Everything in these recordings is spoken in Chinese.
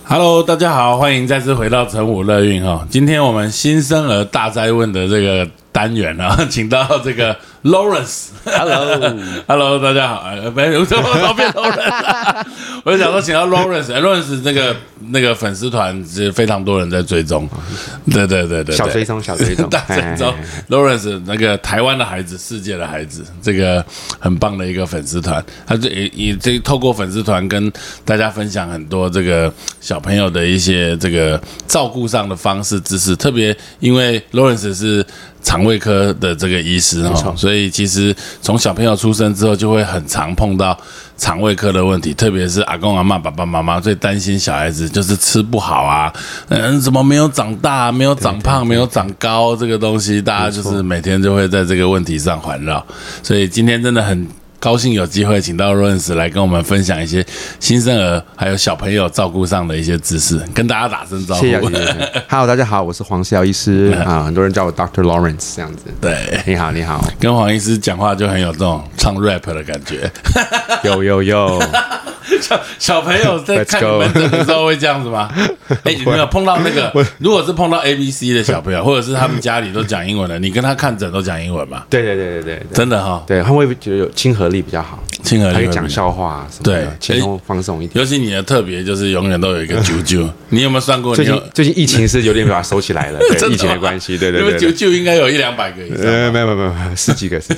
Hello， 大家好，欢迎再次回到成武乐运哈。今天我们新生儿大灾问的这个单元啊，请到这个 Lawrence。Hello， 大家好。没有，怎么变 Lawrence？我就想说，请到 Lawrence 那个粉丝团是非常多人在追踪。对， 小追踪， 大追踪。Lawrence 那个台湾的孩子，世界的孩子，这个很棒的一个粉丝团。他也透过粉丝团跟大家分享很多这个小朋友的一些这个照顾上的方式知识，特别因为 Lawrence 是肠胃科的这个医师哈，所以其实从小朋友出生之后就会很常碰到肠胃科的问题，特别是阿公阿嬷、爸爸妈妈最担心小孩子就是吃不好啊，怎么没有长大、没有长胖、没有长高这个东西，大家就是每天就会在这个问题上环绕，所以今天真的很高兴有机会请到 Lawrence 来跟我们分享一些新生儿还有小朋友照顾上的一些知识，跟大家打声招呼。 谢谢。Hello， 大家好，我是黄世尧医师啊，很多人叫我 Dr. Lawrence 这样子。 对， 你好。 跟黄医师讲话就很有这种唱 rap 的感觉。 有。 小朋友在看你门诊的时候会这样子吗？你没有碰到那个？如果是碰到 ABC 的小朋友，或者是他们家里都讲英文的，你跟他看诊都讲英文吗？ 对， 真的哈。 对，他们会觉得有亲和力比较好， 亲和力可以讲笑话什么的，轻松放松一点。 尤其你的特别就是永远都有一个啾啾，你有没有算过？ 最近疫情是有点把它收起来了，对疫情的关系，对。 因为啾啾应该有100-200个以上。 没有，十几个。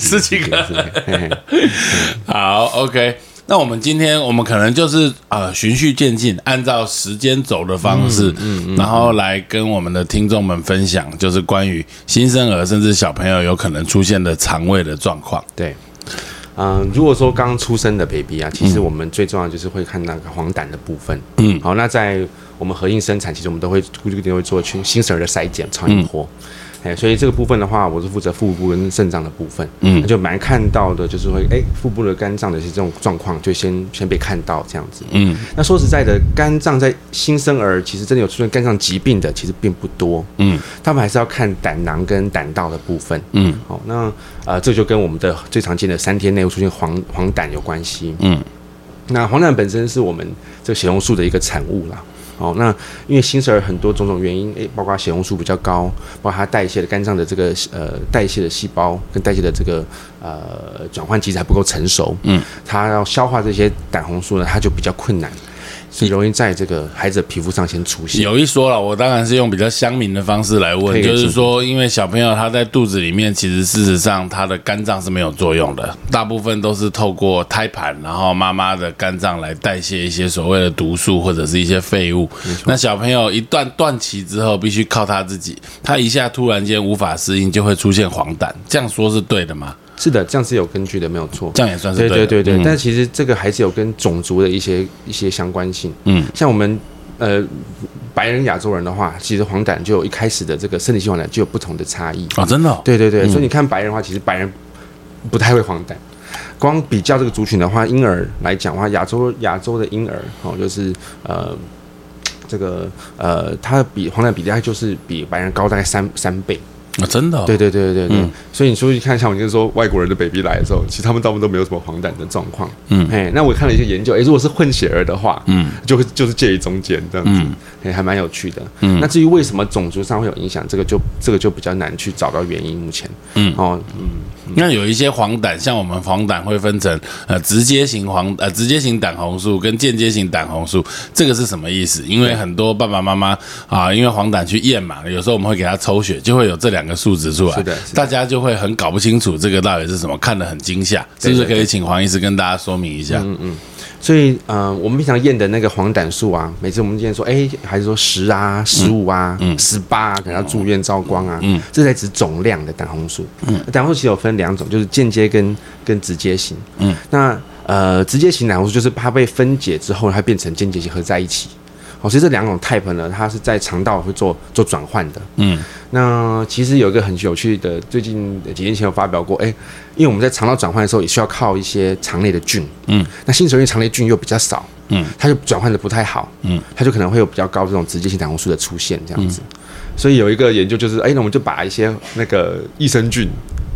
好 ，OK。那我们今天可能就是循序渐进，按照时间轴的方式，然后来跟我们的听众们分享，就是关于新生儿甚至小朋友有可能出现的肠胃的状况。 对，如果说刚出生的 baby 啊，其实我们最重要的就是会看那个黄疸的部分。好，那在我们合应生产，其实我们都会固定会做新生儿的筛检，超音波。所以这个部分的话，我是负责腹部跟肾脏的部分，那就蛮看到的，就是会腹部的肝脏的这种状况，就先被看到这样子。那说实在的，肝脏在新生儿其实真的有出现肝脏疾病的，其实并不多。他们还是要看胆囊跟胆道的部分。好，那这就跟我们的最常见的3天内会出现黄疸有关系。那黄疸本身是我们这个血红素的一个产物啦。那因为新生儿很多种原因，包括血红素比较高，包括它代谢的肝脏的这个代谢的细胞跟代谢的这个转换机制还不够成熟，它要消化这些胆红素呢，它就比较困难。所以容易在这个孩子的皮肤上先出现。有一说了， 我当然是用比较乡民的方式来问，就是说，因为小朋友他在肚子里面，其实事实上他的肝脏是没有作用的，大部分都是透过胎盘，然后妈妈的肝脏来代谢一些所谓的毒素或者是一些废物。那小朋友一断期之后，必须靠他自己，他一下突然间无法适应，就会出现黄疸。这样说是对的吗？ 是的，这样是有根据的，没有错。 这样也算是对的。 对。但其实这个还是有跟种族的一些相关性。像我们白人亚洲人的话，其实黄疸就有一开始的这个生理性黄疸就有不同的差异。 真的。 对。所以你看白人的话，其实白人不太会黄疸。光比较这个族群的话，婴儿来讲的话，亚洲的婴儿就是这个它比黄疸比例就是比白人高大概3倍。 真的。 对。所以你说看，像我就是说外国人的 baby 来的时候，其实他们大部分都没有什么黄疸的状况。那我看了一些研究，如果是混血儿的话，就是介于中间这样子，还蛮有趣的。那至于为什么种族上会有影响，这个就比较难去找到原因。目前， 那有一些黄疸，像我们黄疸会分成直接型胆红素跟间接型胆红素，这个是什么意思？因为很多爸爸妈妈因为黄疸去验嘛，有时候我们会给他抽血，就会有这2个数值出来，大家就会很搞不清楚这个到底是什么，看得很惊吓，是不是可以请黄医师跟大家说明一下？ 所以我们平常验的那个黄疸素啊，每次我们验说，还是说10啊、15啊、18啊，可能要住院照光啊，这才指总量的胆红素。胆红素其实有分2种，就是间接跟直接型。那直接型胆红素就是它被分解之后，它变成间接型合在一起。所以这2种 type 呢，它是在肠道会做转换的。那其实有一个很有趣的，最近几年前有发表过，因为我们在肠道转换的时候，也需要靠一些肠内的菌。那新生儿因为肠内菌又比较少，它就转换的不太好，它就可能会有比较高这种直接型胆红素的出现这样子。所以有一个研究就是，那我们就把一些那个益生菌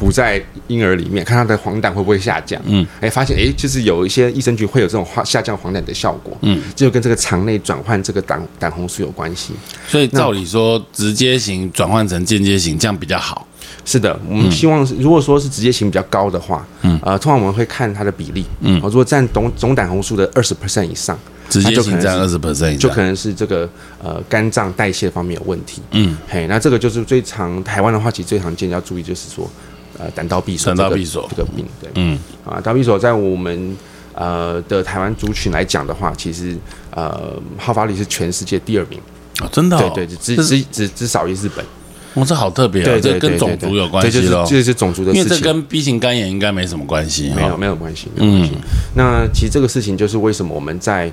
补在婴儿里面，看他的黄疸会不会下降。发现就是有一些益生菌会有这种下降黄疸的效果。这就跟这个肠内转换这个胆红素有关系。 所以照理说，直接型转换成间接型，这样比较好。 是的，我们希望如果说是直接型比较高的话，通常我们会看它的比例。如果占总胆红素的20% 以上， 直接型占20% 以上， 就可能是这个肝脏代谢方面有问题。那这个就是台湾的话，其实最常见要注意就是说，胆道闭锁这个病。对，胆道闭锁在我们的台湾族群来讲的话，其实好发率是全世界第2名。 真的？ 对，只少于日本。 这好特别啊！这跟种族有关系咯。 这是种族的事情， 因为这跟 B 型肝炎应该没什么关系。 没有关系。那其实这个事情就是为什么我们在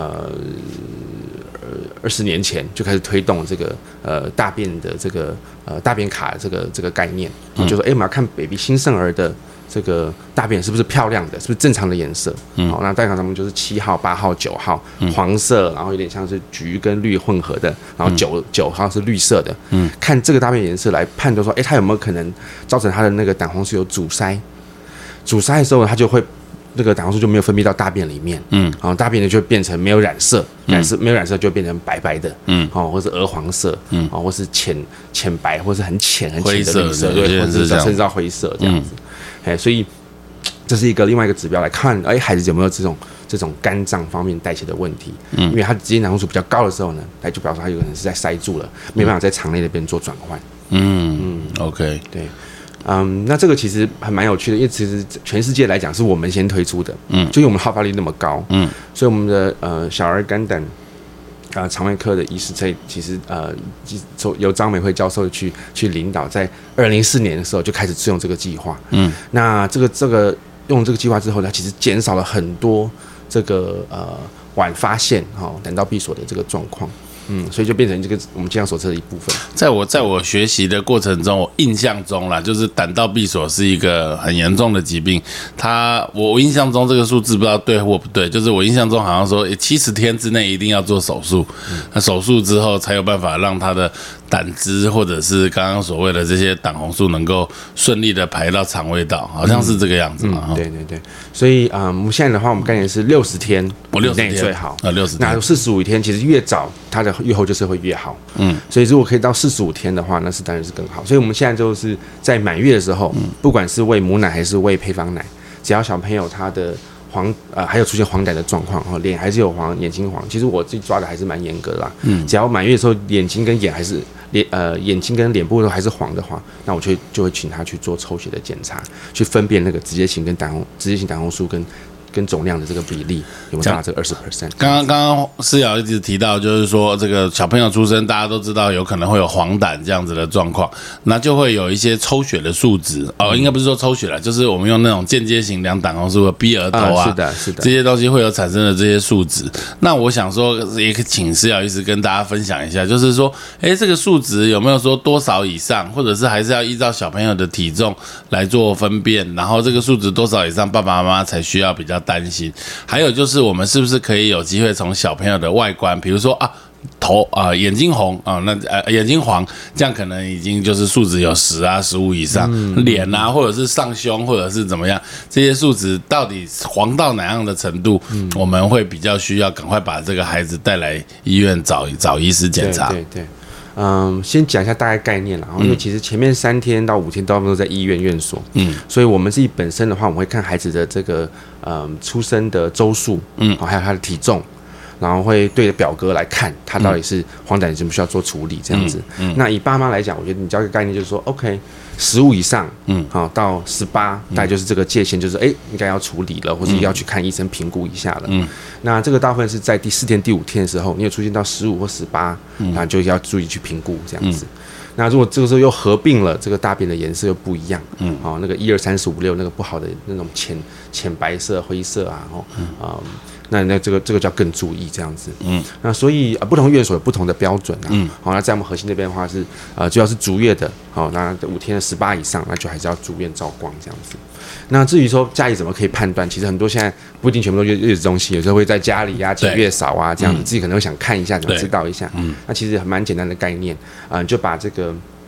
20年前就开始推动这个大便的这个大便卡这个概念，就说我们要看 baby 新生儿的这个大便是不是漂亮的，是不是正常的颜色。好，那大便卡上面就是7号、8号、9号，黄色，然后有点像是橘跟绿混合的，然后9号是绿色的。看这个大便颜色来判断说，它有没有可能造成它的那个胆红素有阻塞？阻塞的时候，它就会那个胆红素就没有分泌到大便里面。然后大便呢就变成没有染色，没有染色就变成白白的。或是鹅黄色，或是浅白，或是很浅的绿色，对，或者甚至到灰色这样子。所以这是另外一个指标来看，孩子有没有这种肝脏方面代谢的问题。因为他直接胆红素比较高的时候呢，就表示他有可能是在塞住了，没办法在肠内那边做转换。OK， 对。那这个其实还蛮有趣的，因为其实全世界来讲是我们先推出的。就因为我们好发率那么高，所以我们的小儿肝胆肠胃科的医师其实由张美惠教授去领导，在2004年的时候就开始试用这个计划。那这个用这个计划之后呢，其实减少了很多这个晚发现胆道闭锁的这个状况。所以就变成这个我们健康手册的一部分。 在我学习的过程中，我印象中啦，就是胆道闭锁是一个很严重的疾病。我印象中这个数字不知道对或不对，就是我印象中好像说70天之内一定要做手术，那手术之后才有办法让他的胆汁或者是刚刚所谓的这些胆红素能够顺利的排到肠胃道，好像是这个样子嘛。 对。所以我们现在的话，我们概念是60天以内最好。60天。那45天其实越早它的愈后就是会越好。所以如果可以到45天的话，那当然是更好。所以我们现在就是在满月的时候，不管是喂母奶还是喂配方奶，只要小朋友他的还有出现黄疸的状况，脸还是有黄，眼睛黄，其实我自己抓的还是蛮严格的啦。只要满月的时候眼睛跟眼还是眼睛跟脸部都还是黄的话，那我就会请他去做抽血的检查，去分辨那个直接型胆红素跟总量的这个比例有没有达这个20%。 刚刚思瑶一直提到，就是说这个小朋友出生，大家都知道有可能会有黄疸这样子的状况，那就会有一些抽血的数值应该不是说抽血了，就是我们用那种间接型量胆红素的逼额头是的， 这些东西会有产生的这些数值。那我想说，也请思瑶医师跟大家分享一下，就是说，这个数值有没有说多少以上，或者是还是要依照小朋友的体重来做分辨，然后这个数值多少以上，爸爸妈妈才需要比较担心。还有就是我们是不是可以有机会从小朋友的外观，比如说头眼睛红眼睛黄，这样可能已经就是数值有10啊15以上，脸或者是上胸或者是怎么样，这些数值到底黄到哪样的程度，我们会比较需要赶快把这个孩子带来医院找医师检查。 对。先讲一下大概概念啦，因为其实前面3天到5天都在医院院所，所以我们自己本身的话，我们会看孩子的这个出生的周数，还有他的体重，然后会对着表格来看他到底是黄疸需不需要做处理这样子。那以爸妈来讲，我觉得你教一个概念就是说 ，OK，15以上，到18，大概就是这个界限，就是应该要处理了，或者要去看医生评估一下了。那这个大部分是在第4天、第5天的时候，你有出现到15或18，那就要注意去评估这样子。那如果这个时候又合并了这个大便的颜色又不一样，那个1、2、3、4、5、6那个不好的那种浅白色、灰色那这个就要更注意这样子。那所以不同院所有不同的标准那在我们核心那边的话是主要是足月的，那5天的18以上，那就还是要住院照光这样子。那至于说家里怎么可以判断，其实很多现在不一定全部都月子中心，有时候会在家里几月嫂这样子，自己可能会想看一下，想知道一下。那其实蛮简单的概念你就把这个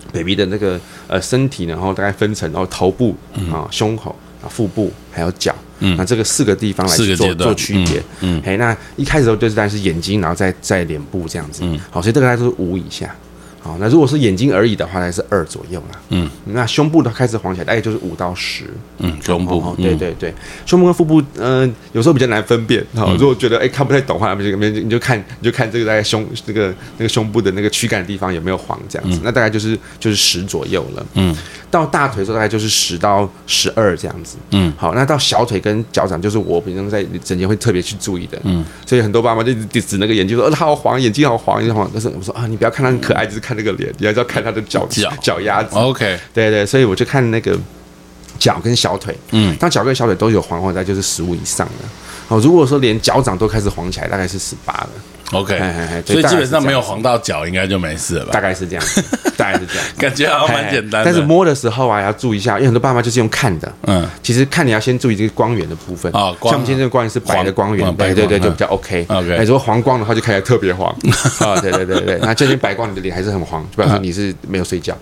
baby 的那个身体呢，然后大概分成头部胸口腹部还有脚。那这个4个地方来做区别。那一开始的时候就是当然是眼睛，然后再脸部这样子。好，所以这个大概都是5以下。好，那如果是眼睛而已的话，大概是2左右啦。那胸部的开始黄起来，大概就是5到10。 胸部。 对，胸部跟腹部，有时候比较难分辨。好，如果觉得看不太懂的话，你就看这个大概那个胸部的那个躯干的地方有没有黄这样子。那大概就是10左右了。到大腿的时候大概就是10到12这样子。好，那到小腿跟脚掌就是我平常在诊间会特别去注意的。所以很多爸妈就指那个眼睛说，他好黄，眼睛好黄，眼睛好黄。但是我说你不要看他很可爱，就是看那个脸，你还是要看他的脚丫子。 OK， 对，所以我就看那个脚跟小腿。当脚跟小腿都有黄，大概就是15以上了。好，如果说连脚掌都开始黄起来，大概是18了。 OK， 所以基本上没有黄到脚，应该就没事了吧？ 大概是这样， 感觉好像蛮简单的。 但是摸的时候要注意一下，因为很多爸妈就是用看的。其实看你要先注意这个光源的部分。像我们今天这个光源是白的光源，对，就比较 OK。如果黄光的话，就看起来特别黄。对，那这边白光，你的脸还是很黄，就表示你是没有睡觉。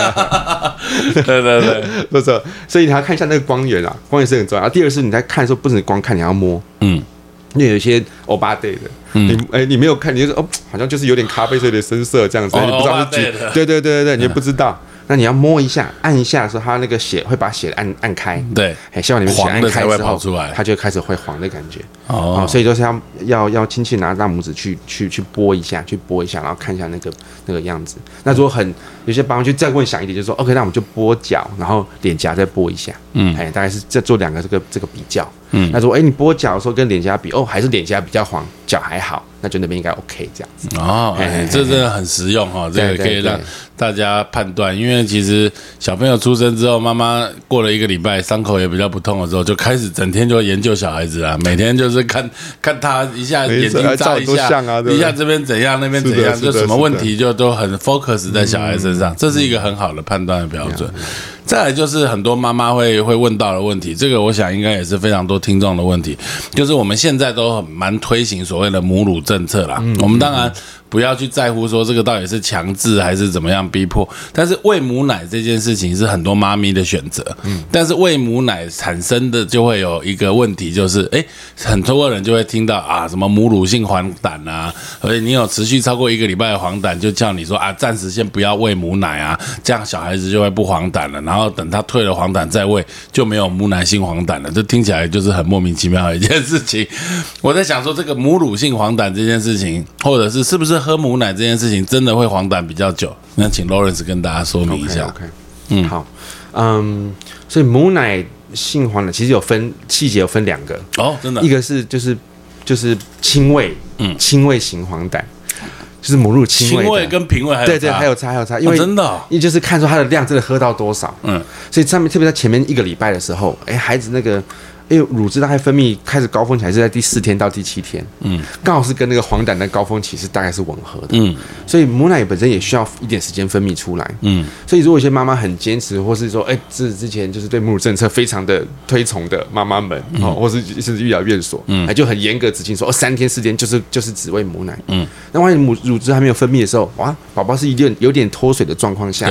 对，不错。所以你还要看一下那个光源啊，光源是很重要。第二是你在看的时候，不只光看，你要摸。因为有一些欧巴 day 的，你没有看，你就说好像就是有点咖啡色、有点深色这样子，你不知道是对，你也不知道。那你要摸一下、按一下的时候，它那个血会把血按开， 对， 希望你们血按开之后，它就开始会黄的感觉。所以就是要轻轻拿大拇指去拨一下，然后看一下那个样子。那如果有些爸妈就再问详一点，就说 OK， 那我们就拨脚，然后脸颊再拨一下，大概是再做2个这个比较。那如果你拨脚的时候跟脸颊比，还是脸颊比较黄，脚还好，那就那边应该 OK 这样子。 这真的很实用哈，这个可以让大家判断。因为其实小朋友出生之后，妈妈过了1个礼拜，伤口也比较不痛的时候，就开始整天就研究小孩子啦，每天就是看他一下眼睛眨一下，一下这边怎样那边怎样，就什么问题就都很 focus 在小孩身上，这是一个很好的判断的标准。再来就是很多妈妈会问到的问题，这个我想应该也是非常多听众的问题，就是我们现在都蛮推行所谓的母乳政策啦。我们当然不要去在乎说这个到底是强制还是怎么样逼迫，但是喂母奶这件事情是很多妈咪的选择。但是喂母奶产生的就会有一个问题，就是很多人就会听到什么母乳性黄疸啊，而且你有持续超过1个礼拜的黄疸，就叫你说暂时先不要喂母奶啊，这样小孩子就会不黄疸了，然后等他退了黄疸再喂就没有母奶性黄疸了，这听起来就是很莫名其妙的一件事情。我在想说这个母乳性黄疸这件事情，或者是不是喝母奶这件事情真的会黄疸比较久？那请 Lawrence 跟大家说明一下。 好，所以母奶性黄疸其实细节有分2个真的， 一个是就是亲喂型黄疸。就是母乳亲喂跟平喂还有差， 对，还有差，因为真的， 因为就是看出它的量真的喝到多少，所以上面特别在前面1个礼拜的时候，孩子那个因为乳汁大概分泌开始高峰期还是在第4天到第7天，刚好是跟那个黄疸的高峰期是大概是吻合的，所以母奶本身也需要一点时间分泌出来，所以如果有些妈妈很坚持，或是说之前就是对母乳政策非常的推崇的妈妈们，或是甚至育疗院所，就很严格执行说3天4天就是只喂母奶，那万一乳汁还没有分泌的时候，哇，宝宝是有点脱水的状况下，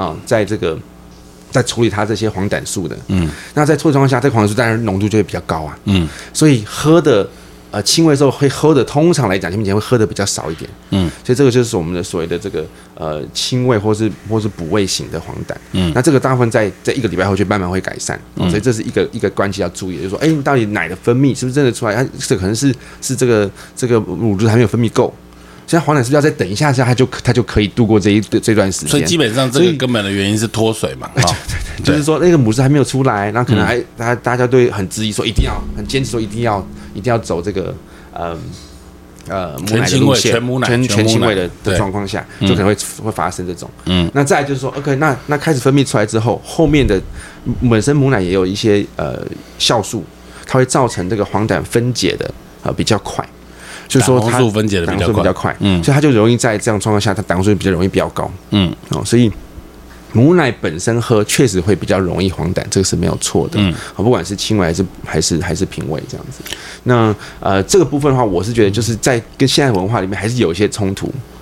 在处理它这些黄疸素的，那在处理状况下，这个黄疸素当然浓度就会比较高啊，所以喝的亲喂的时候会喝的，通常来讲，前面会喝的比较少一点，所以这个就是我们的所谓的这个亲喂或是补喂型的黄疸，那这个大部分在1个礼拜后就慢慢会改善，所以这是一个关系要注意的，就是说，你到底奶的分泌是不是真的出来？它这可能是这个乳汁还没有分泌够。现在黄疸是不是要再等一下，它就可以度过这段时间？ 所以基本上这个根本的原因是脱水嘛。对， 就是说那个母汁还没有出来，然后可能大家都很质疑说一定要很坚持说一定要走这个母奶的路线，全亲喂的状况下，就可能会发生这种。那再来就是说 ，OK， 那开始分泌出来之后，后面的本身母奶也有一些酵素，它会造成这个黄疸分解的比较快。就是说它胆红素分解的比较快， 所以它就容易在这样状况下，它胆红素比较容易飙高，所以母奶本身喝确实会比较容易黄疸，这个是没有错的，不管是亲喂还是平喂这样子。那这个部分的话，我是觉得就是在跟现在文化里面还是有一些冲突。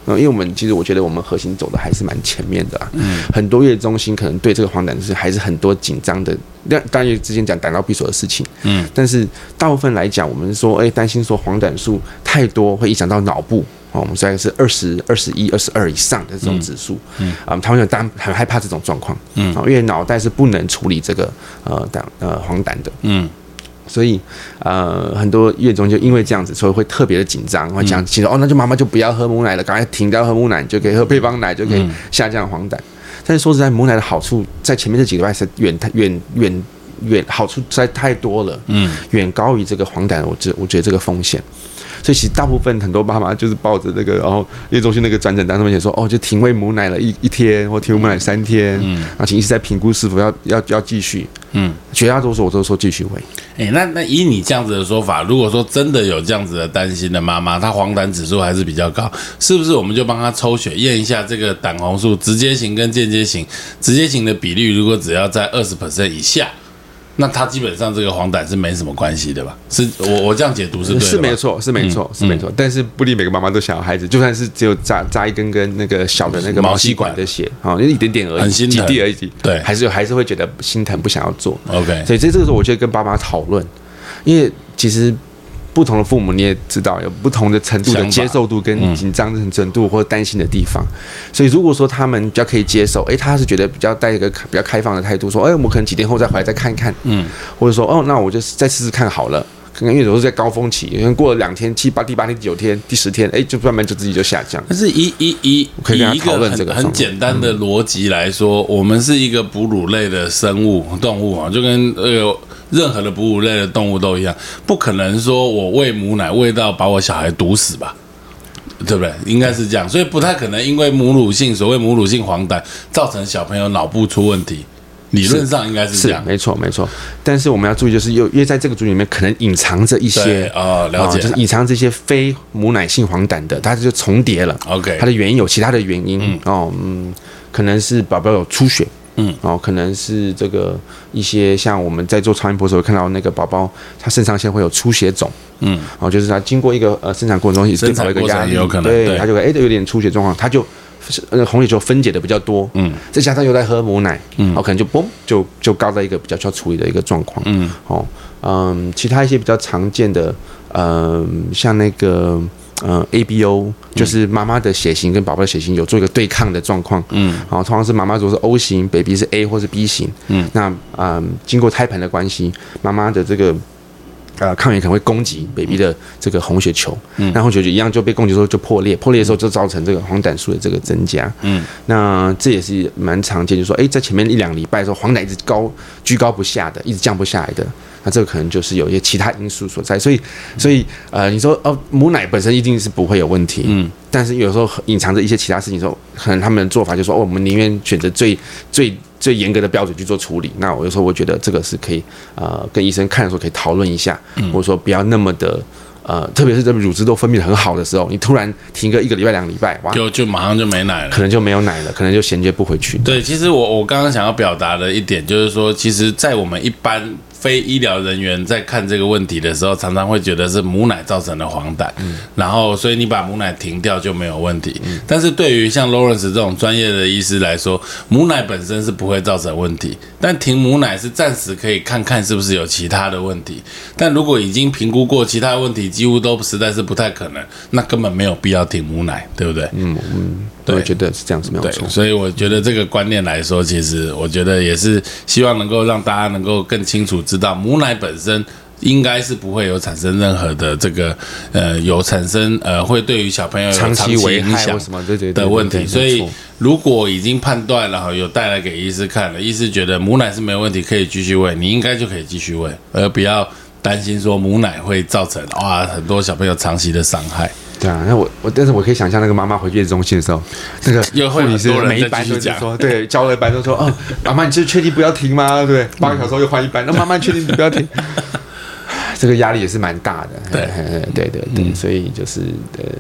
因为其实我觉得我们核心走的还是蛮前面的啊。很多月子中心可能对这个黄疸是还是很多紧张的，当然之前讲胆道闭锁的事情，但是大部分来讲，我们说担心说黄疸数太多会影响到脑部。我们大概是20、21、22以上的这种指数，台湾人当然很害怕这种状况，因为脑袋是不能处理这个黄疸的，所以很多月中就因为这样子，所以会特别的紧张，会讲其实那就妈妈就不要喝母奶了，赶快停掉喝母奶，就可以喝配方奶，就可以下降黄疸。但是说实在，母奶的好处在前面这几个礼拜是远好处实在太多了，远高于这个黄疸，我觉得这个风险。所以其实大部分很多妈妈就是抱着那个，然后月中心那个转诊单上面写说，就停喂母奶了一天，或停喂母奶3天，然后请医师在评估是否要继续。绝大多数我都说继续喂。 那以你这样子的说法，如果说真的有这样子的担心的妈妈，她黄疸指数还是比较高，是不是我们就帮她抽血验一下这个胆红素直接型跟间接型？直接型的比率如果只要在20% 以下，那它基本上这个黄疸是没什么关系的吧？是我这样解读是对的吧？ 是没错。但是不一定每个妈妈都想要孩子，就算是只有扎一根那个小的那个毛细管的血，就一点点而已， 很心疼， 几滴而已， 对， 还是会觉得心疼，不想要做。 OK， 所以这个时候我觉得跟爸妈讨论，因为其实。不同的父母你也知道有不同的程度的接受度跟紧张的程度或者担心的地方，所以如果说他们比较可以接受，他是觉得比较带一个比较开放的态度，说，我可能几天后再回来再看看，或者说，那我就再试试看好了，看看因为有时候在高峰期，因为过了2天、第8天、第9天、第10天，就慢慢就自己就下降。 但是以一个很简单的逻辑来说，我们是一个哺乳类的生物动物啊，就跟任何的哺乳类的动物都一样，不可能说我喂母奶喂到把我小孩毒死吧，对不对？应该是这样，所以不太可能因为所谓母乳性黄疸造成小朋友脑部出问题。理论上应该是这样， 没错。但是我们要注意，就是因为在这个族群里面可能隐藏着一些了解， 就是隐藏这些非母奶性黄疸的，它就重叠了。 OK， 它的原因有其他的原因可能是宝宝有出血。可能是这个一些像我们在做超音波的时候看到那个宝宝，他肾上腺会有出血肿，就是他经过一个生产过程中对宝宝一个压力， 有可能对，他就有点出血状况，他就红血球分解的比较多，再加上又在喝母奶，可能就嘣就高在一个比较需要处理的一个状况，其他一些比较常见的，像那个。ABO 就是妈妈的血型跟宝宝的血型有做一个对抗的状况，通常是妈妈如果是 O 型 ，baby 是 A 或是 B 型，那经过胎盘的关系，妈妈的这个抗原可能会攻击 baby 的这个红血球，那红血球一样就被攻击之后就破裂的时候就造成这个黄疸数的这个增加，那这也是蛮常见，就是说，在前面1-2礼拜的时候，黄疸一直居高不下的，一直降不下来的。那这个可能就是有一些其他因素所在，所以你说母奶本身一定是不会有问题，但是有时候隐藏着一些其他事情的时候，可能他们的做法就是说，我们宁愿选择最严格的标准去做处理。那有时候我觉得这个是可以跟医生看的时候可以讨论一下，或者说不要那么的特别是这乳汁都分泌得很好的时候，你突然停个1个礼拜、2礼拜，哇， 就马上就没奶了， 可能就没有奶了，可能就衔接不回去。 对，其实我刚刚想要表达的一点就是说，其实，在我们一般非医疗人员在看这个问题的时候，常常会觉得是母奶造成的黄疸，然后所以你把母奶停掉就没有问题。但是对于像 Lawrence 这种专业的医师来说，母奶本身是不会造成问题，但停母奶是暂时可以看看是不是有其他的问题。但如果已经评估过其他问题，几乎都实在是不太可能，那根本没有必要停母奶，对不对？ 对，我觉得是这样子，没有错。 所以我觉得这个观念来说，其实我觉得也是希望能够让大家能够更清楚知道，母奶本身应该是不会有产生任何的这个有产生会对于小朋友有长期影响的问题。所以如果已经判断了有带来给医师看了，医师觉得母奶是没有问题，可以继续喂，你应该就可以继续喂，而不要担心说母奶会造成很多小朋友长期的伤害。 对啊，那但是我可以想象那个妈妈回月子中心的时候，那个护理师每一班都说，对，教了一班都说，妈妈，你是确定不要停吗？对，8个小时后又换一班，那妈妈确定你不要停？这个压力也是蛮大的。对，所以就是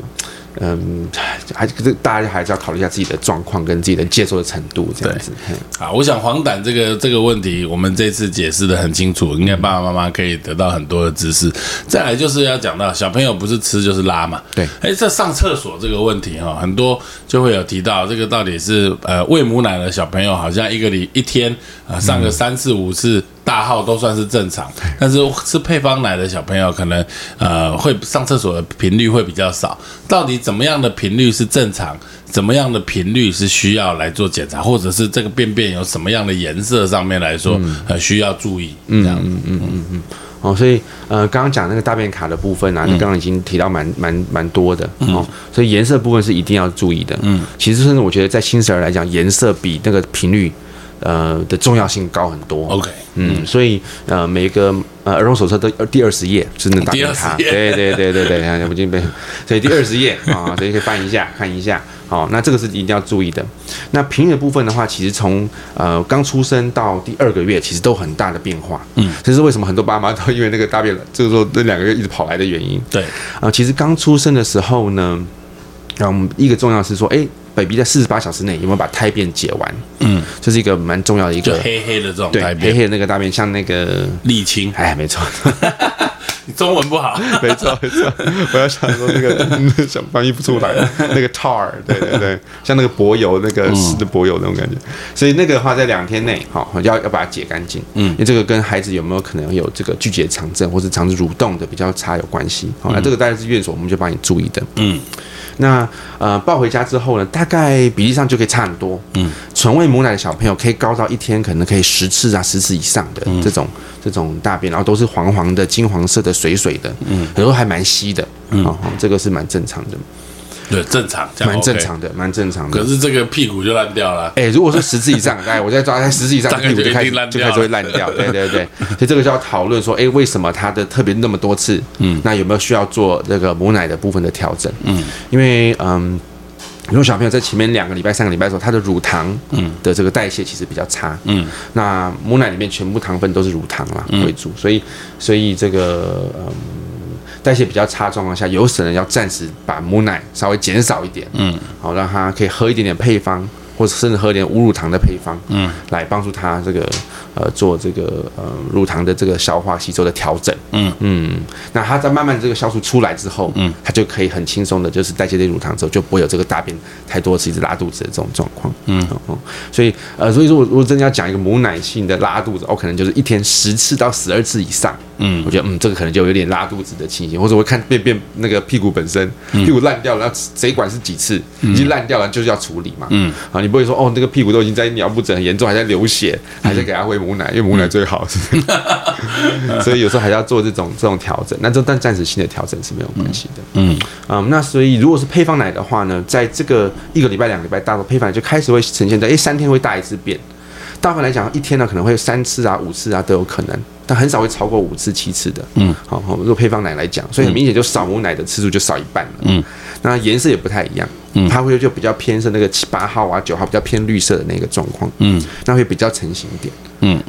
大家还是要考虑一下自己的状况跟自己的接受的程度，这样子。 好，我想黄疸这个问题，我们这次解释的很清楚，应该爸爸妈妈可以得到很多的知识。再来就是要讲到小朋友不是吃就是拉嘛， 对， 这上厕所这个问题很多就会有提到，这个到底是喂母奶的小朋友好像一天上个3次5次大号都算是正常，但是吃配方奶的小朋友可能会上厕所的频率会比较少。到底怎么样的频率是正常？怎么样的频率是需要来做检查，或者是这个便便有什么样的颜色上面来说，需要注意这样。 所以刚刚讲那个大便卡的部分啊，你刚刚已经提到蛮多的所以颜色部分是一定要注意的。其实甚至我觉得在新生儿来讲，颜色比那个频率的重要性高很多。 OK， 所以每一个儿童手册都第20页是那大便卡，对，我已经被，所以第20页所以可以翻一下看一下。好，那这个是一定要注意的。那频率的部分的话，其实从刚出生到第2个月，其实都很大的变化。这是为什么很多爸妈都因为那个大便这个时候那2个月一直跑来的原因。 对， 其实刚出生的时候呢，一个重要是说，baby 在48小时内有没有把胎便解完？这是一个蛮重要的一个， 就黑黑的这种胎便， 黑黑的那个大便，像那个沥青。 没错。 你中文不好， 没错，我要想说那个想翻译不出来，那个 tar， 对，像那个柏油，那个湿的柏油那种感觉。所以那个的话，在2天内，要把它解干净。因为这个跟孩子有没有可能有这个巨结肠症或是肠子蠕动的比较差有关系。那这个大概是院所我们就帮你注意的。那抱回家之后呢，大概比例上就可以差很多。纯喂母奶的小朋友可以高到1天可能可以10次10次以上的这种大便，然后都是黄黄的、金黄色的、水水的，有时候还蛮稀的。这个是蛮正常的。 对，正常， 蛮正常的，蛮正常的。 可是这个屁股就烂掉了。 如果说10次以上，我在抓在10次以上，屁股就开始会烂掉。对，所以这个就要讨论说，为什么它的特别那么多次？那有没有需要做这个母奶的部分的调整？因为如果小朋友在前面2个礼拜、3个礼拜的时候，他的乳糖的这个代谢其实比较差。那母奶里面全部糖分都是乳糖啦为主，所以这个代谢比较差的状况下，有可能要暂时把母奶稍微减少一点，好让他可以喝一点点配方，或者甚至喝一点无乳糖的配方，来帮助他这个做这个乳糖的这个消化吸收的调整，那他在慢慢这个酵素出来之后，他就可以很轻松的，就是代谢这乳糖之后，就不会有这个大便太多次一直拉肚子的这种状况，所以说我如果真的要讲一个母奶性的拉肚子，可能就是1天10次到12次以上，我觉得这个可能就有点拉肚子的情形，或者我看便那个屁股本身屁股烂掉了，谁管是几次，已经烂掉了就是要处理嘛，你不会说这个屁股都已经在尿不整很严重，还在流血，还在给他喂母奶，因为母奶最好，所以有时候还要做这种调整，那但暂时性的调整是没有关系的。那所以如果是配方奶的话呢，在这个1个礼拜、2个礼拜大的配方奶就开始会呈现在3天会大1次便。大部分来讲，1天呢可能会3次5次都有可能，但很少会超过5次7次的。如果配方奶来讲，所以很明显就少母奶的次数就少一半了。那颜色也不太一样，它会就比较偏是那个7、8号9号比较偏绿色的那个状况，那会比较成型一点。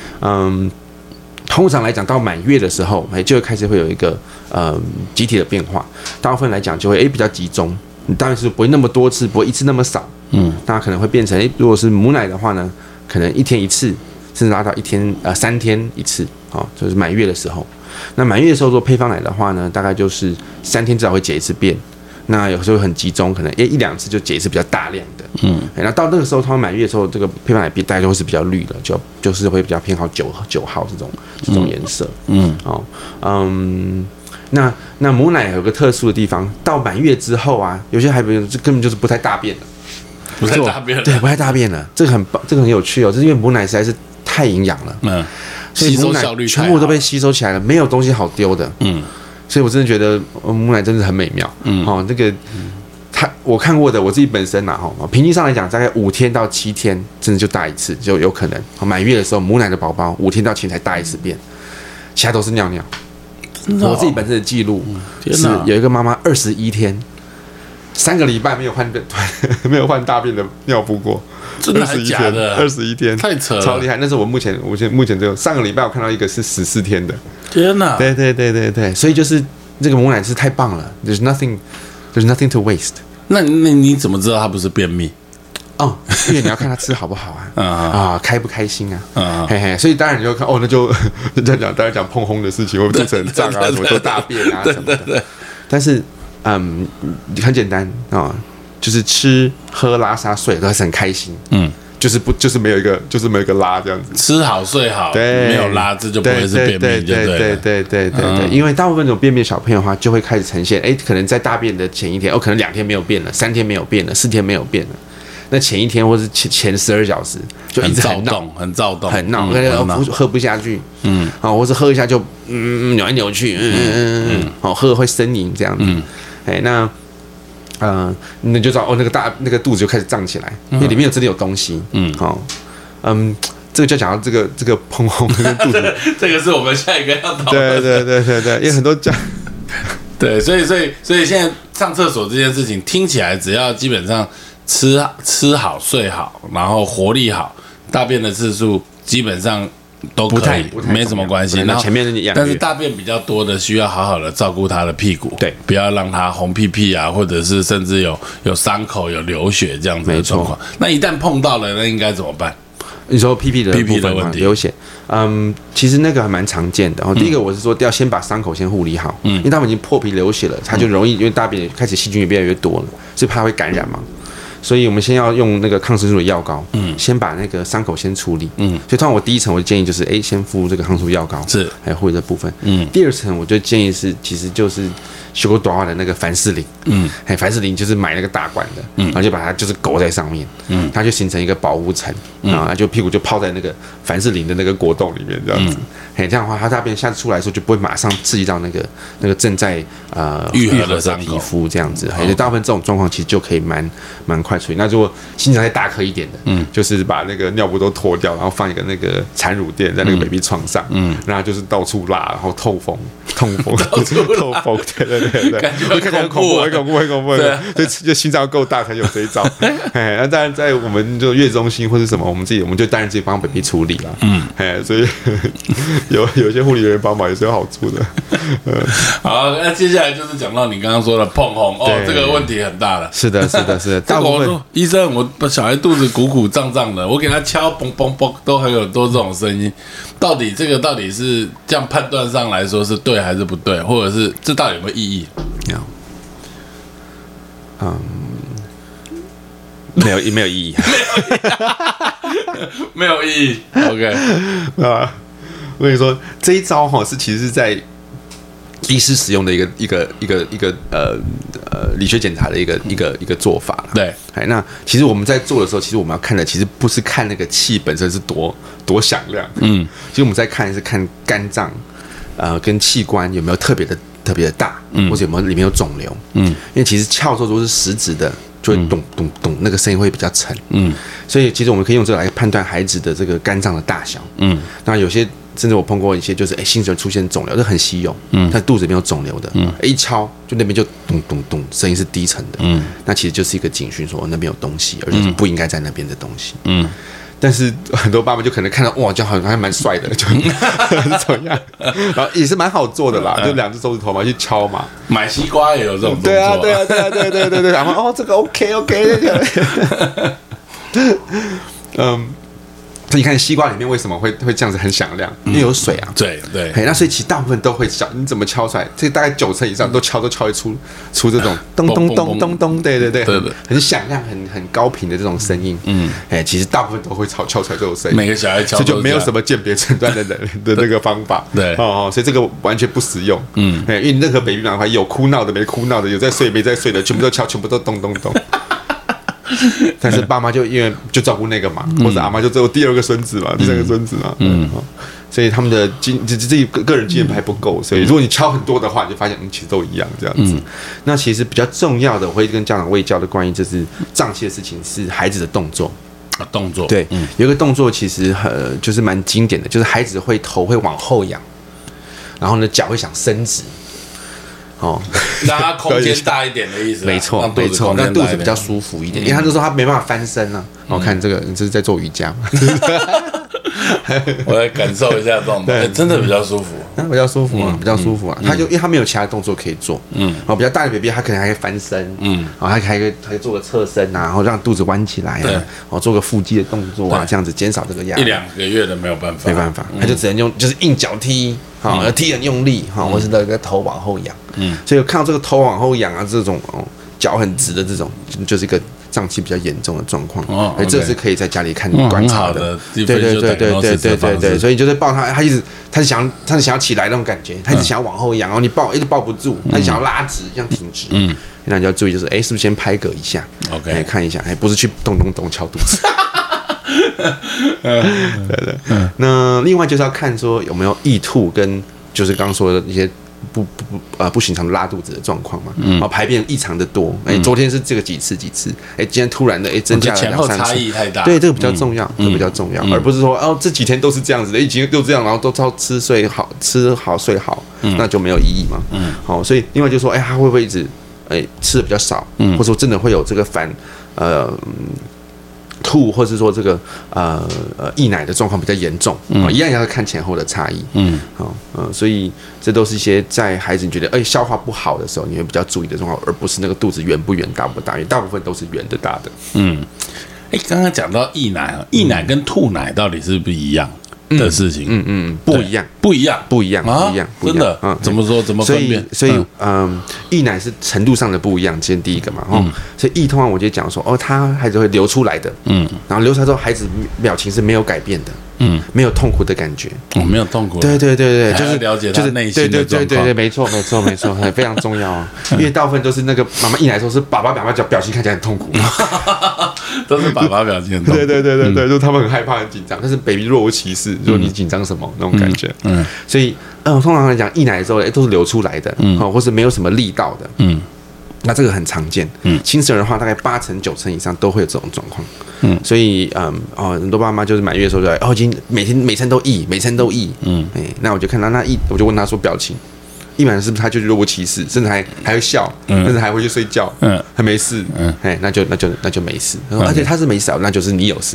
通常来讲，到满月的时候，就会开始会有一个集体的变化。大部分来讲就会比较集中，当然是不会那么多次，不会一次那么少。那可能会变成如果是母奶的话呢，可能1天1次，甚至拉到3天1次，就是满月的时候。那满月的时候做配方奶的话呢，大概就是3天至少会解1次便。那有时候很集中，可能1、2次就解1次比较大量的。那到那个时候，他们满月的时候，这个配方奶大概就会是比较绿的，就是会比较偏好9号这种颜色。那母奶有个特殊的地方，到满月之后啊，有些孩子根本就是不太大便了。 不太大便了， 对，不太大便了，这个很有趣哦，这是因为母奶实在是太营养了，所以母奶全部都被吸收起来了，没有东西好丢的，所以我真的觉得母奶真的很美妙，这个我看过的，我自己本身平均上来讲，大概5天到7天，真的就大1次，就有可能满月的时候，母奶的宝宝5天到7天才大1次便，其他都是尿尿。我自己本身的记录是有一个妈妈21天。3个礼拜没有换大便的尿布过， 真的还假的 ？21天， 太扯了， 超厉害！那是我目前只有上个礼拜我看到一个是14天的， 天哪！ 对，所以就是这个母奶是太棒了，there's nothing ，there's nothing to waste。 那你怎么知道他不是便秘？ 哦，因为你要看他吃好不好啊，开不开心啊，嘿嘿，所以当然你就看那就这样讲，当然讲碰轰的事情会肚子很胀啊，什么都大便啊什么的。但是很简单啊，就是吃喝拉撒睡都还是很开心，就是没有一个拉这样子， 吃好睡好，没有拉这就不会是便秘， 对，因为大部分这种便秘小朋友的话，就会开始呈现，可能在大便的前一天，可能2天没有变了，3天没有变了，4天没有变了。那前一天或是前12小时就一直很闹，很闹，喝不下去，或是喝一下就扭来扭去，喝会呻吟这样子，那就知道那个肚子就开始胀起来，因为里面真的有东西，这个就讲到这个膨红的肚子， 这个是我们下一个要讨论的，对，因为很多家， 对，所以现在上厕所这件事情听起来，只要基本上吃好睡好，然后活力好，大便的次数基本上都可以，没什么关系。然后前面但是大便比较多的，需要好好的照顾他的屁股， 对， 不要让他红屁屁啊，或者是甚至有伤口、有流血这样子的状况。那一旦碰到了，那应该怎么办？ 你说屁屁的问题，流血，其实那个还蛮常见的。第一个我是说要先把伤口先护理好，因为他们已经破皮流血了，它就容易因为大便开始细菌也越来越多了，所以怕会感染嘛。所以我们先要用那个抗生素的药膏，先把那个伤口先处理，所以通常我第一层我就建议就是先敷这个抗生素药膏， 是还有护理这部分，第二层我就建议其实就是修过短话的那个凡士林，凡士林就是买那个大罐的，然后就把它就是勾在上面，它就形成一个保护层，然后就屁股就泡在那个凡士林的那个果冻里面这样子，这样的话它大便下次出来的时候就不会马上刺激到那个正在愈合的皮肤这样子，大部分这种状况其实就可以蛮快处理。那如果心肠再大颗一点的，就是把那个尿布都脱掉，然后放一个那个产乳垫在那个 baby 床上，然后就是到处拉，然后痛风，对， 感觉看起来很恐怖，对，就心脏够大才有这一招。那当然在我们就月中心或是什么，我们就当然自己帮 baby 处理了，所以有些护理人员帮忙也是有好处的。 好，那接下来就是讲到你刚刚说的碰红这个问题很大了。 是的，大部分医生，我把小孩肚子鼓鼓胀胀的，我给他敲嘣嘣嘣，都很有多这种声音。到底是这样判断上来说是对还是不对，或者是这到底有没有意义？ 没有意义， 没有意义。OK 我跟你说，这一招是其实是在医师使用的一个理学检查的一个做法。 对， 那其实我们在做的时候，其实我们要看的其实不是看那个气本身是多响亮，其实我们在看是看肝脏跟器官有没有特别的大，或者有没有里面有肿瘤，因为其实翘之后如果是实质的，就会咚咚咚，那个声音会比较沉，所以其实我们可以用这个来判断孩子的这个肝脏的大小，那有些甚至我碰过一些就是新生出现肿瘤，这很稀有，他肚子里面有肿瘤的，一敲就那边就咚咚咚，声音是低沉的，那其实就是一个警讯，说那边有东西，而且是不应该在那边的东西，但是很多爸爸就可能看到哇，这样好像还蛮帅的，就怎么样，然后也是蛮好做的啦，就2只手指头嘛去敲嘛， 买西瓜也有这种动作， 对，然后这个 OK，所以你看西瓜里面为什么会这样子很响亮？因为有水啊。 对， 那所以其实大部分都会敲，你怎么敲出来？这大概90%以上都敲会出这种咚咚咚咚咚，对，很响亮、很高频的这种声音。其实大部分都会敲出来这种声音。 每个小孩敲， 所以就没有什么鉴别诊断的那个方法。 对， 所以这个完全不实用。因为任何 baby 的话，有哭闹的、没哭闹的，有在睡没在睡的，全部都敲，全部都咚咚咚。但是爸妈就因为就照顾那个嘛，或者阿妈就只有第2个孙子嘛，第3个孙子嘛，所以他们的自己个人经验还不够，所以如果你敲很多的话，你就发现其实都一样这样子。那其实比较重要的，我会跟家长卫教的关于就是胀气的事情是孩子的动作。 动作对，有一个动作其实就是蛮经典的，就是孩子头会往后仰，然后呢脚会想伸直。 让他空间大一点的意思， 没错，让肚子比较舒服一点，因为他就说他没办法翻身啊。我看这个，你这是在做瑜伽吗？ 我来感受一下这种，真的比较舒服， 比较舒服啊，比较舒服啊。他就因为他没有其他动作可以做，然后比较大的 baby 他可能还可以翻身，然后还可以做个侧身啊，然后让肚子弯起来啊，然后做个腹肌的动作啊，这样子减少这个压力。 1-2个月的没有办法， 没办法，他就只能用就是硬脚踢，要踢很用力，或是那个头往后仰，所以看到这个头往后仰啊，这种脚很直的这种，就是一个胀气比较严重的状况，这是可以在家里看观察的。对，所以就是抱他，他是想要起来那种感觉，他一直想要往后仰，然后你一直抱不住，他想要拉直，这样挺直，那你就要注意，就是是不是先拍嗝一下，OK，看一下，不是去咚咚咚敲肚子。对，那另外就是要看说有没有易吐，跟就是刚刚说的一些不寻常的拉肚子的状况嘛，排便异常的多，昨天是这个几次，今天突然的增加了2-3次，前后差异太大， 对，这个比较重要，而不是说这几天都是这样子的，已经都这样，然后都吃好睡好，那就没有意义嘛，好，所以另外就说，他会不会一直吃的比较少，或者说真的会有这个吐，或是说这个溢奶的状况比较严重，一样要看前后的差异，所以这都是一些在孩子你觉得消化不好的时候，你会比较注意的状况，而不是那个肚子圆不圆、大不大，因为大部分都是圆的大的。 刚刚讲到溢奶跟吐奶到底是不一样的事情？ 不一样， 真的，怎么说？怎么分辨？ 所以溢奶是程度上的不一样，先第一个嘛，所以通常我就讲说，他孩子会流出来的，然后流出来之后，孩子表情是没有改变的。没有痛苦的感觉， 没有痛苦， 对，就是了解他内心的状况， 对，没错，非常重要啊。因为大部分都是那个妈妈一来的时候是爸爸表情看起来很痛苦， 都是爸爸表情很痛苦， 对，就是他们很害怕很紧张，但是 baby 若无其事，说你紧张什么那种感觉，所以通常来讲，溢奶的时候都是流出来的，或是没有什么力道的，那这个很常见，新生儿的话大概8成9成以上都会有这种状况，所以很多爸妈就是满月的时候就已经每餐都溢，那我就看到我就问他说表情，溢满是不是他就若无其事，甚至还会笑，甚至还会去睡觉，还没事，那就没事，而且他是没事，那就是你有事，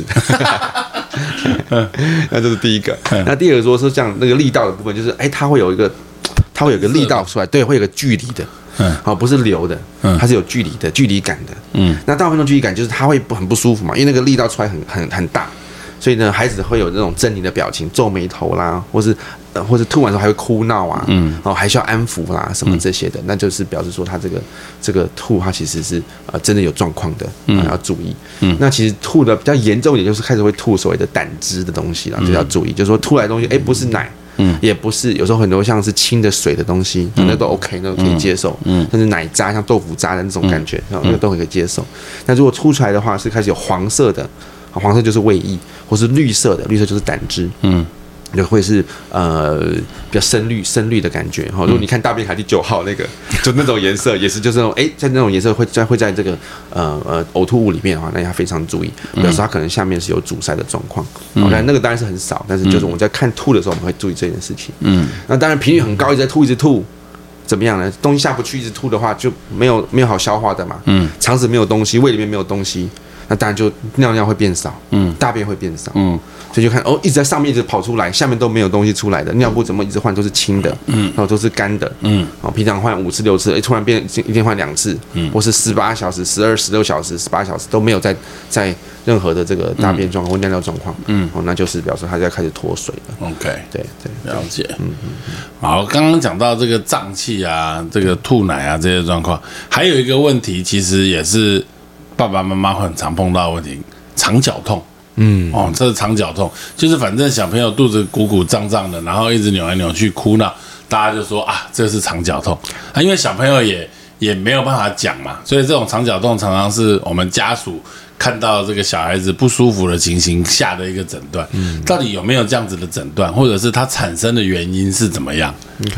那这是第一个，那第二个说是这样，那个力道的部分就是他会有一个力道出来，对，会有个距离的。不是流的，它是有距离感的。那大部分的距离感就是他会很不舒服嘛，因为那个力道出来很大，所以呢，孩子会有那种狰狞的表情，皱眉头啦，或是吐完之后还会哭闹啊，然后还需要安抚啦，什么这些的，那就是表示说他这个吐，它其实是真的有状况的，要注意。那其实吐的比较严重一点，就是开始会吐所谓的胆汁的东西啦，就要注意，就是说吐来的东西，不是奶。也不是，有时候很多像是清的水的东西，那都 OK， 那都可以接受。甚至奶渣，像豆腐渣的那种感觉，那个都可以接受。那如果出来的话，是开始有黄色的，黄色就是胃液，或是绿色的，绿色就是胆汁。就会是比较深绿的感觉。如果你看大便海第9号那个，就那种颜色也是就是那种在那种颜色会在这个呕吐物里面的话，那要非常注意，表示它可能下面是有阻塞的状况。那个当然是很少，但是就是我们在看吐的时候，我们会注意这件事情。那当然频率很高，一直吐，怎么样呢？东西下不去，一直吐的话，就没有好消化的嘛。肠子没有东西，胃里面没有东西。那当然就尿会变少，大便会变少，所以就看一直在上面一直跑出来，下面都没有东西出来的，尿布怎么一直换都是清的，然后都是干的，平常换5次6次，突然变一天换2次，或是18小时、16小时、18小时都没有在任何的这个大便状况或尿状况，那就是表示他在开始脱水了。 OK， 对， 了解。好，刚刚讲到这个胀气啊，这个吐奶啊这些状况，还有一个问题，其实也是爸爸妈妈会很常碰到的问题，肠绞痛。这是肠绞痛，就是反正小朋友肚子鼓鼓胀胀的，然后一直扭来扭去哭闹，大家就说这是肠绞痛啊，因为小朋友也没有办法讲嘛，所以这种肠绞痛常常是我们家属看到这个小孩子不舒服的情形下的一个诊断。到底有没有这样子的诊断，或者是它产生的原因是怎么样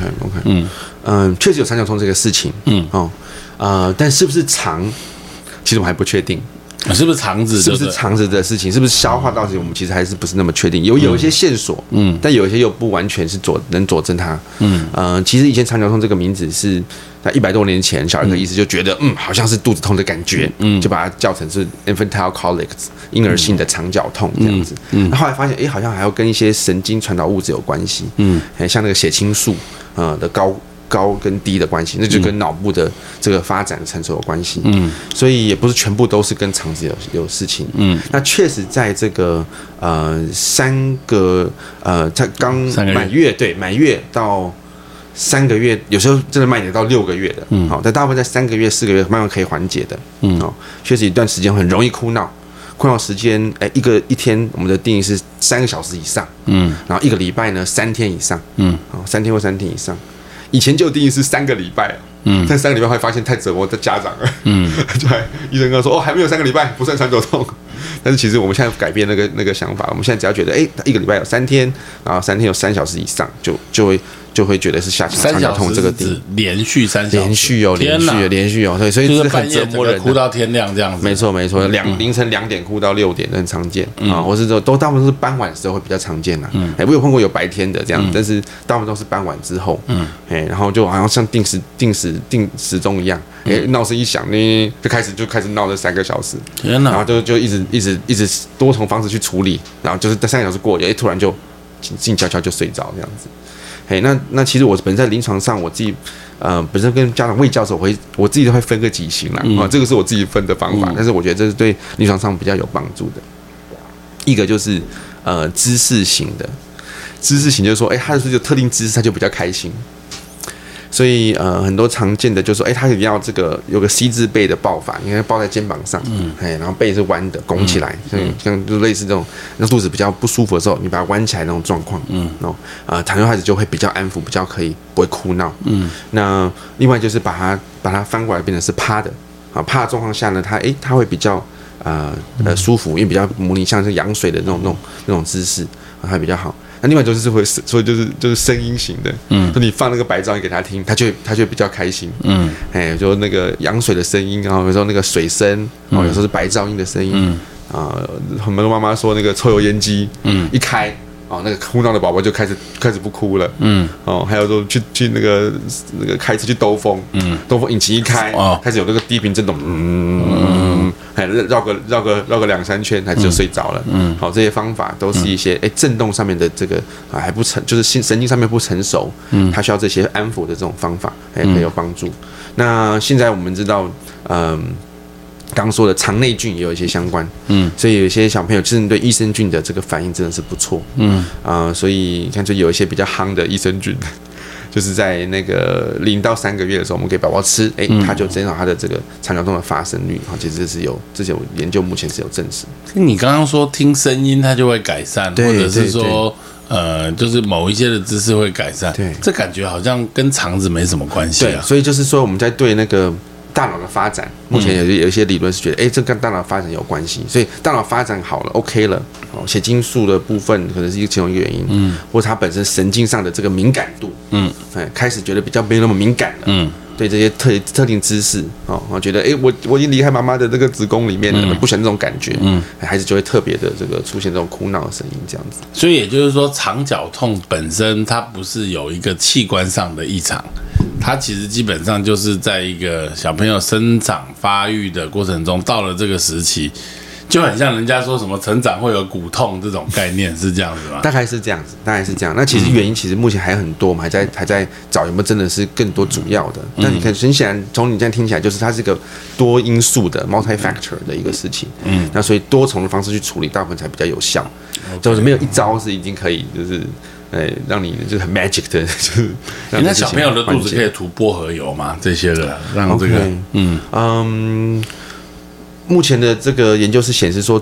？OK， 确实有肠绞痛这个事情，但是不是肠，其实我还不确定。 是不是肠子？ 是不是肠子的事情？是不是消化道的事情？我们其实还是不是那么确定。有一些线索，但有一些又不完全是能佐证它。其实以前肠绞痛这个名字是在100多年前，小儿科医师就觉得，好像是肚子痛的感觉，就把它叫成是 infantile colics 婴儿性的肠绞痛这样子。那后来发现，好像还要跟一些神经传导物质有关系。像那个血清素的高跟低的关系，那就跟脑部的这个发展成熟有关系。所以也不是全部都是跟肠子有事情。那确实在这个3个他刚满月，对，满月到3个月，有时候真的慢一点到6个月的。好，但大部分在3个月、4个月慢慢可以缓解的。确实一段时间很容易哭闹。哭闹时间，一天我们的定义是3个小时以上。然后1个礼拜呢3天以上。3天或3天以上。以前就定义是3个礼拜，但3个礼拜会发现太折磨的家长了，就医生跟他说，还没有3个礼拜不算肠绞痛，但是其实我们现在改变那个想法，我们现在只要觉得1个礼拜有3天，然后3天有3小时以上，就会觉得是下肠绞痛这个定义， 连续3小时， 连续哦，对，所以就是很折磨人， 哭到天亮这样子， 没错，凌晨2点哭到6点很常见啊，或是说大部分都是傍晚的时候会比较常见啦，我有碰过有白天的这样，但是大部分都是傍晚之后，然后就好像像定时钟一样，闹声一响呢，就开始闹这3个小时，天哪，然后就一直多重方式去处理，然后就是在3个小时过，突然就静悄悄就睡着这样子。那其实我本身在临床上，我自己本身跟家长卫教的时候，我自己都会分个几型啦，这个是我自己分的方法，但是我觉得这是对临床上比较有帮助的。一个就是姿势型的，姿势型就是说，他是有特定姿势，他就比较开心。所以很多常见的就是说，他一定要这个有个 C 字背的抱法，你看抱在肩膀上，然后背是弯的，拱起来，像就类似这种，那肚子比较不舒服的时候，你把它弯起来那种状况，糖尿孩子就会比较安抚，比较可以不会哭闹。那另外就是把它翻过来变成是趴的，趴的状况下呢，它会比较舒服，因为比较模拟像是羊水的那种姿势，它会比较好。那另外就是会，所以就是声音型的，就你放那个白噪音给他听，他就比较开心，就那个羊水的声音，然后有时候那个水声，有时候是白噪音的声音，很多妈妈说那个抽油烟机，一开，那个哭闹的宝宝就开始不哭了，还有说去那个开车去兜风，兜风引擎一开，开始有那个低频震动，绕个2-3圈，他就睡着了。好，这些方法都是一些震动上面的这个还不成，就是神经上面不成熟，他需要这些安抚的这种方法，很有帮助。那现在我们知道，刚刚说的肠内菌也有一些相关，所以有一些小朋友真的对益生菌的这个反应真的是不错，所以你看，就有一些比较夯的益生菌。就是在那个0到3个月的时候，我们给宝宝吃，它就减少它的这个肠绞痛的发生率。其实这是有研究，目前是有证实。 你刚刚说听声音它就会改善，或者是说就是某一些的姿势会改善，对，这感觉好像跟肠子没什么关系啊。 对，所以就是说我们在对那个大脑的发展，目前有一些理论是觉得，这跟大脑发展有关系，所以大脑发展好了 ，OK 了，血清素的部分可能是其中一个原因，或者它本身神经上的这个敏感度，开始觉得比较没有那么敏感了，对这些特定姿势，我觉得，我已经离开妈妈的这个子宫里面了，不喜欢这种感觉，孩子就会特别的这个出现这种哭闹的声音，这样子。 所以也就是说，肠绞痛本身它不是有一个器官上的异常。它其实基本上就是在一个小朋友生长发育的过程中，到了这个时期，就很像人家说什么成长会有骨痛这种概念，是这样子吗？ 大概是这样子。那其实原因其实目前还很多，我们还在找有没有真的是更多主要的。那你看，很显然从你这样听起来，就是它是一个多因素的 multi-factor 的一个事情。那所以多重的方式去处理，大部分才比较有效。就是没有一招是已经可以就是让你就是很 magic 的，就是那小朋友的肚子可以涂薄荷油吗？这些的让这个目前的这个研究是显示说，对这个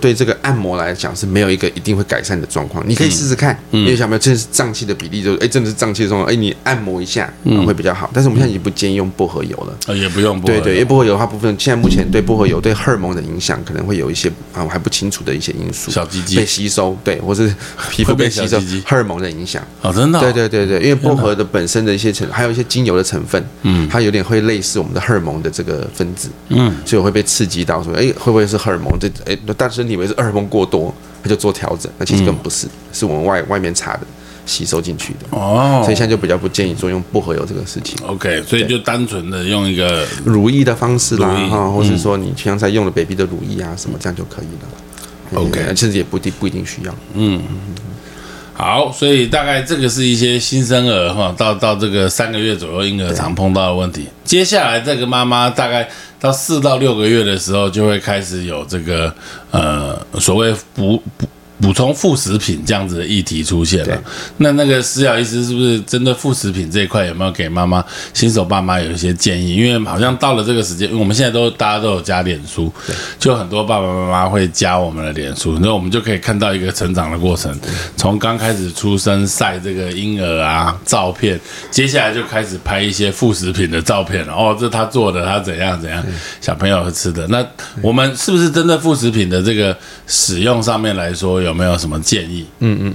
按摩来讲是没有一个一定会改善的状况，你可以试试看，因为小朋友真的是胀气的比例就是真的是胀气的状况，你按摩一下会比较好。但是我们现在已经不建议用薄荷油了， 也不用薄荷油。 对，因为薄荷油它部分现在目前对薄荷油对荷尔蒙的影响可能会有一些还不清楚的一些因素， 小鸡鸡被吸收，对，或是皮肤被吸收荷尔蒙的影响。 真的。 对，因为薄荷的本身的一些还有一些精油的成分，它有点会类似我们的荷尔蒙的这个分子，所以我会被刺激到说，会不会是荷尔蒙？但身体以为是荷尔蒙过多，它就做调整，那其实根本不是，是我们外面茶的吸收进去的。所以现在就比较不建议做用薄荷油这个事情。 OK， 所以就单纯的用一个乳液的方式啦，或是说你刚才用的 baby 的乳液啊什么，这样就可以了。OK， 其实也不一定需要。 好，所以大概这个是一些新生儿到这个3个月左右婴儿常碰到的问题。接下来这个妈妈大概到4到6个月的时候，就会开始有这个所谓补充副食品这样子的议题出现了。那个施疗医师是不是针对副食品这一块有没有给妈妈新手爸妈有一些建议？因为好像到了这个时间，因为我们现在大家都有加脸书，就很多爸爸妈妈会加我们的脸书，那我们就可以看到一个成长的过程，从刚开始出生晒这个婴儿啊照片，接下来就开始拍一些副食品的照片了。这他做的，他怎样小朋友吃的。那我们是不是针对副食品的这个使用上面来说，有没有什么建议？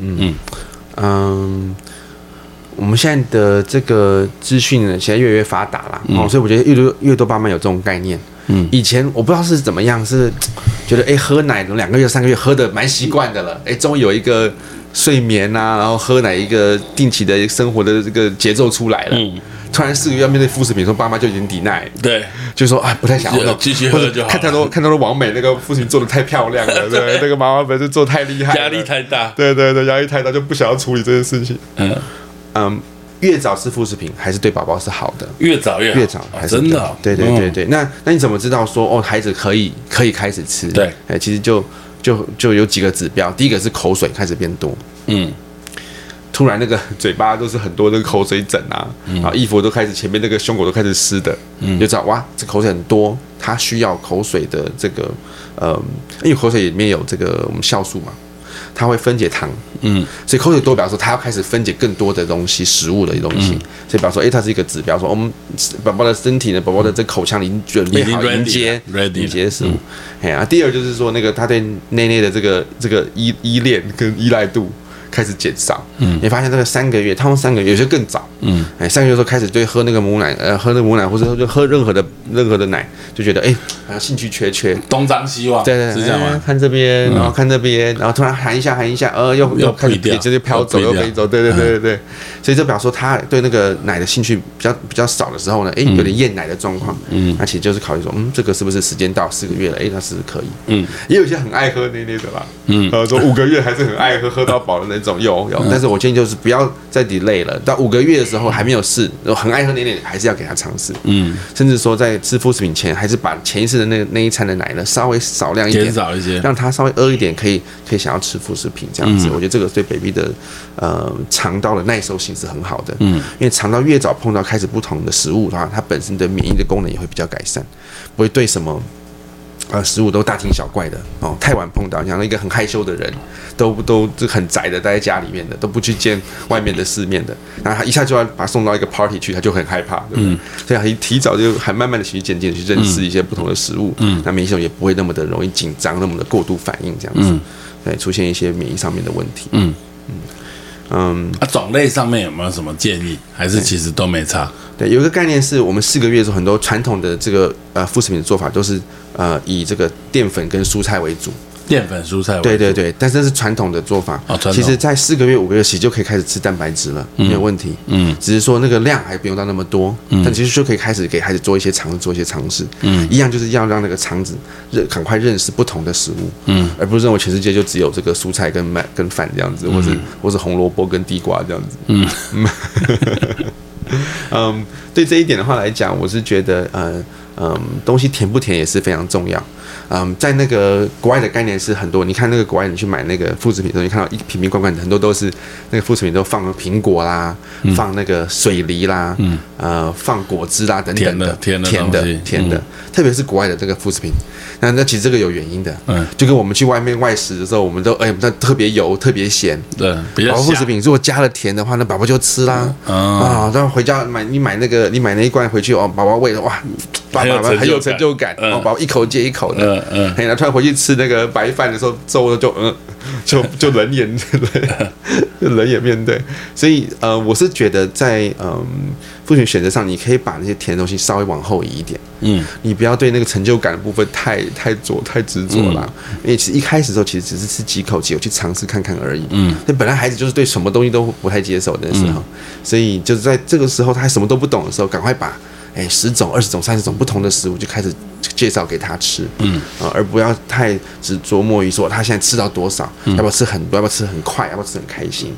我们现在的这个资讯呢，现在越来越发达了，所以我觉得越多爸妈有这种概念。以前我不知道是怎么样，是觉得喝奶2个月3个月喝的蛮习惯的了，终于有一个睡眠啊，然后喝奶一个定期的生活的这个节奏出来了。突然4个月要面对副食品，说爸妈就已经抵赖， 对， 就说不太想要， 继续喝就好。 看太多网美那个副食品做的太漂亮了，对，那个妈妈本身做太厉害， 压力太大， 对，压力太大，就不想要处理这件事情。越早吃副食品还是对宝宝是好的，越早还是真的。对，那你怎么知道说孩子可以开始吃？对，其实就有几个指标，第一个是口水开始变多，突然那个嘴巴都是很多那个口水疹啊，然后衣服都开始前面那个胸口都开始湿的，就知道哇，这口水很多，它需要口水的这个因为口水里面有这个我们酵素嘛，它会分解糖，所以口水多表示说它要开始分解更多的东西，食物的东西，所以表示说它是一个指标，说我们宝宝的身体呢，宝宝的这口腔已经准备好迎接食物。第二就是说那个他对内的这个依恋跟依赖度开始减少，你发现这个3个月，他们3个月有些更早，3个月的时候开始对喝那个母奶，或者就喝任何的奶，就觉得好像兴趣缺， 东张西望， 对， 是这样吗？ 看这边，然后看那边，然后突然喊一下，又开始直接飘走，又飞走，对，所以就表示说他对那个奶的兴趣比较少的时候呢，有点厌奶的状况，那其实就是考虑说，这个是不是时间到4个月了，那是不是可以？也有一些很爱喝那的啦，说5个月还是很爱喝到饱的那种，有，但是我建议就是不要再 delay 了，到5个月的时候还没有试，很爱喝奶还是要给他尝试，甚至说在吃副食品前，还是把前一次的那一餐的奶呢稍微少量一点， 减少一些， 让他稍微饿一点，可以想要吃副食品这样子。我觉得这个对 baby 的肠道的耐受性是很好的，因为肠道越早碰到开始不同的食物的话，它本身的免疫的功能也会比较改善，不会对什么食物都大惊小怪的太晚碰到，像一个很害羞的人，都很宅的待在家里面的，都不去见外面的世面的，然后他一下就要把他送到一个 party 去，他就很害怕，对不对？所以他提早就还慢慢的循序渐进的去认识一些不同的食物，那免疫系统也不会那么的容易紧张，那么的过度反应这样子，对，出现一些免疫上面的问题。 种类上面有没有什么建议？还是其实都没差？ 对，有一个概念是我们4个月的时候，很多传统的这个副食品的做法都是以这个淀粉跟蔬菜为主。 淀粉蔬菜为主， 对，但是这是传统的做法。其实，在4个月、5个月起就可以开始吃蛋白质了，没有问题。只是说那个量还不用到那么多，但其实就可以开始给孩子做一些尝试。一样就是要让那个肠子赶快认识不同的食物，而不是认为全世界就只有这个蔬菜跟饭这样子，或是红萝卜跟地瓜这样子。对这一点的话来讲，我是觉得东西甜不甜也是非常重要。 在那个国外的概念是很多，你看那个国外你去买那个副食品的时候，你看到一瓶瓶罐罐的很多都是那个副食品都放苹果啦，放那个水梨啦，放果汁啦等等的甜的，特别是国外的这个副食品，那其实这个有原因的，就跟我们去外面外食的时候，我们都那特别油特别咸， 对，比较副食品如果加了甜的话，那宝宝就吃啦，然后回家你买那一罐回去宝宝喂了哇，爸爸很有成就感，宝宝一口接一口的，然后突然回去吃那个白饭的时候，皱了就冷眼冷眼面对，所以我是觉得在父亲选择上，你可以把那些甜的东西稍微往后移一点，你不要对那个成就感的部分太执着啦，因为其实一开始的时候其实只是吃几口，去尝试看看而已，那本来孩子就是对什么东西都不太接受的时候，所以就是在这个时候他还什么都不懂的时候，赶快把10种、20种、30种不同的食物就开始介绍给他吃，而不要太只琢磨于说他现在吃到多少，要不要吃很多，要不要吃很快，要不要吃很开心，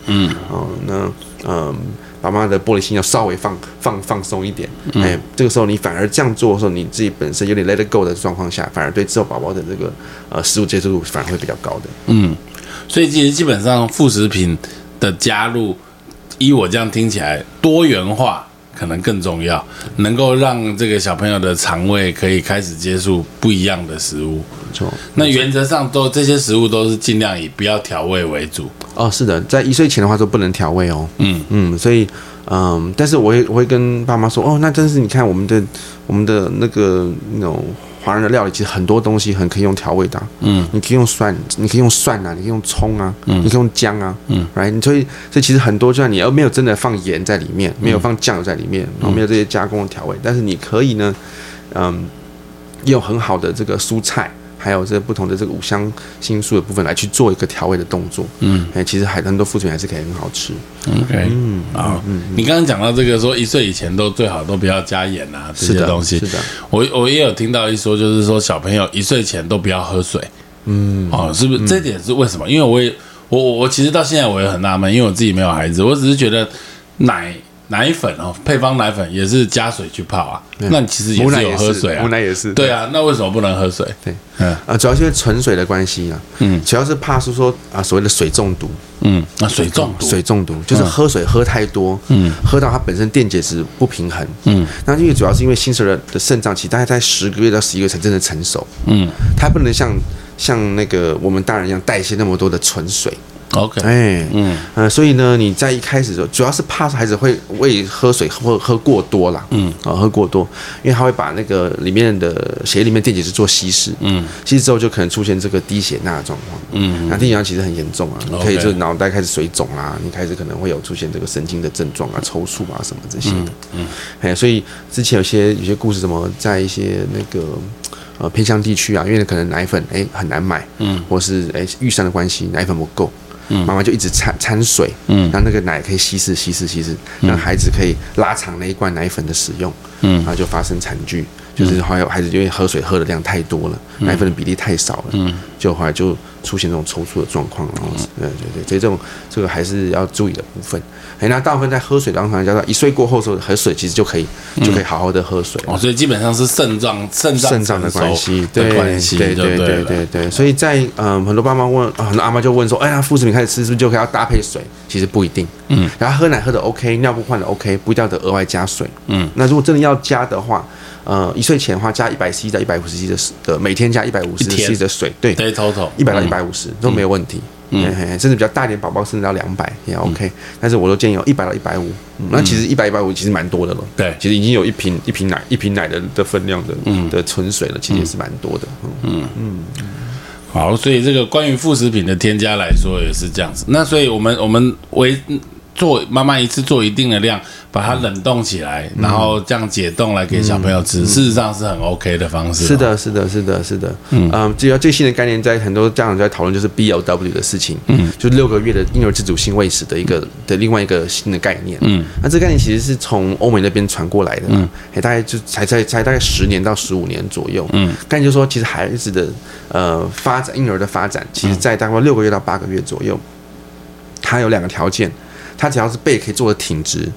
爸妈的玻璃心要稍微放松一点，这个时候你反而这样做的时候，你自己本身有点 let it go 的状况下，反而对之后宝宝的这个食物接受度反而会比较高的。 所以其实基本上副食品的加入，依我这样听起来，多元化可能更重要，能够让这个小朋友的肠胃可以开始接触不一样的食物。那原则上这些食物都是尽量以不要调味为主。 是的，在1岁前的话都不能调味哦。所以但是我会跟爸妈说，那真是你看我们的那种华人的料理，其实很多东西很可以用调味的，你可以用蒜，你可以用蒜啊，你可以用葱啊，你可以用姜啊，right？ 所以其实很多，就算你没有真的放盐在里面，没有放酱油在里面，然后没有这些加工的调味，但是你可以呢，用很好的这个蔬菜，还有这不同的这个5香辛素的部分来去做一个调味的动作，其实很多副食品还是可以很好吃。 OK， 你刚刚讲到这个说1岁以前最好都不要加盐啊这些东西， 是的， 我也有听到一说，就是说小朋友1岁前都不要喝水，是不是？这点是为什么？因为我其实到现在我也很纳闷，因为我自己没有孩子，我只是觉得奶粉配方奶粉也是加水去泡啊，那其实也是有喝水啊， 母奶也是， 对啊，那为什么不能喝水？ 对，主要是因为纯水的关系啊，主要是怕是说所谓的水中毒，水中毒就是喝水喝太多，喝到它本身电解质不平衡，那因为主要是因为新生儿的肾脏其实大概在10个月到11个月才真的成熟，它不能像那个我们大人一样代谢那么多的纯水。 OK， 所以呢，你在一开始的时候，主要是怕孩子会为喝水喝过多啦，喝过多，因为他会把那个里面的血液里面电解质做稀释，稀释之后就可能出现这个低血钠的状况，那低血钠其实很严重啊，你可以就脑袋开始水肿啦，你开始可能会有出现这个神经的症状啊，抽搐啊什么这些的，所以之前有些故事什么在一些那个偏乡地区啊，因为可能奶粉很难买，或是预算的关系，奶粉不够。妈妈就一直掺水，让那个奶可以稀释，让孩子可以拉长那一罐奶粉的使用，然后就发生惨剧，就是后来孩子因为喝水喝的量太多了，奶粉的比例太少了，就后来就出现这种抽搐的状况，然后所以这个还是要注意的部分。那大部分在喝水当中，叫做1岁过后的时候喝水，其实就可以好好的喝水。 所以基本上是肾脏的关系，对。所以在很多爸妈问，很多阿妈就问说，那副食品开始吃是不是就可以要搭配水？其实不一定，然后喝奶喝的 OK， 尿布换的 OK， 不一定要额外加水。那如果真的要加的话，1岁前的话加100cc 到150cc 的每天加150cc 的水，对 ，total 100到150都没有问题。甚至比较大一点宝宝甚至到200也 OK，但是我都建议有100到150，那其实100、150其实蛮多的了。 对， 其实已经有一瓶奶的分量的纯水了，其实也是蛮多的。 好，所以这个关于副食品的添加来说也是这样子。那所以我们妈妈一次做一定的量，把它冷冻起来，然后这样解冻来给小朋友吃，事实上是很 OK 的方式。是的。只要最新的概念，在很多家长在讨论就是 BLW 的事情，就是6个月的婴儿自主性喂食的另外一个新的概念。那这个概念其实是从欧美那边传过来的，大概就才大概10年到15年左右。概念就是说，其实孩子的发展，婴儿的发展，其实在大概6个月到8个月左右，它有2个条件。他只要是背可以做的挺直，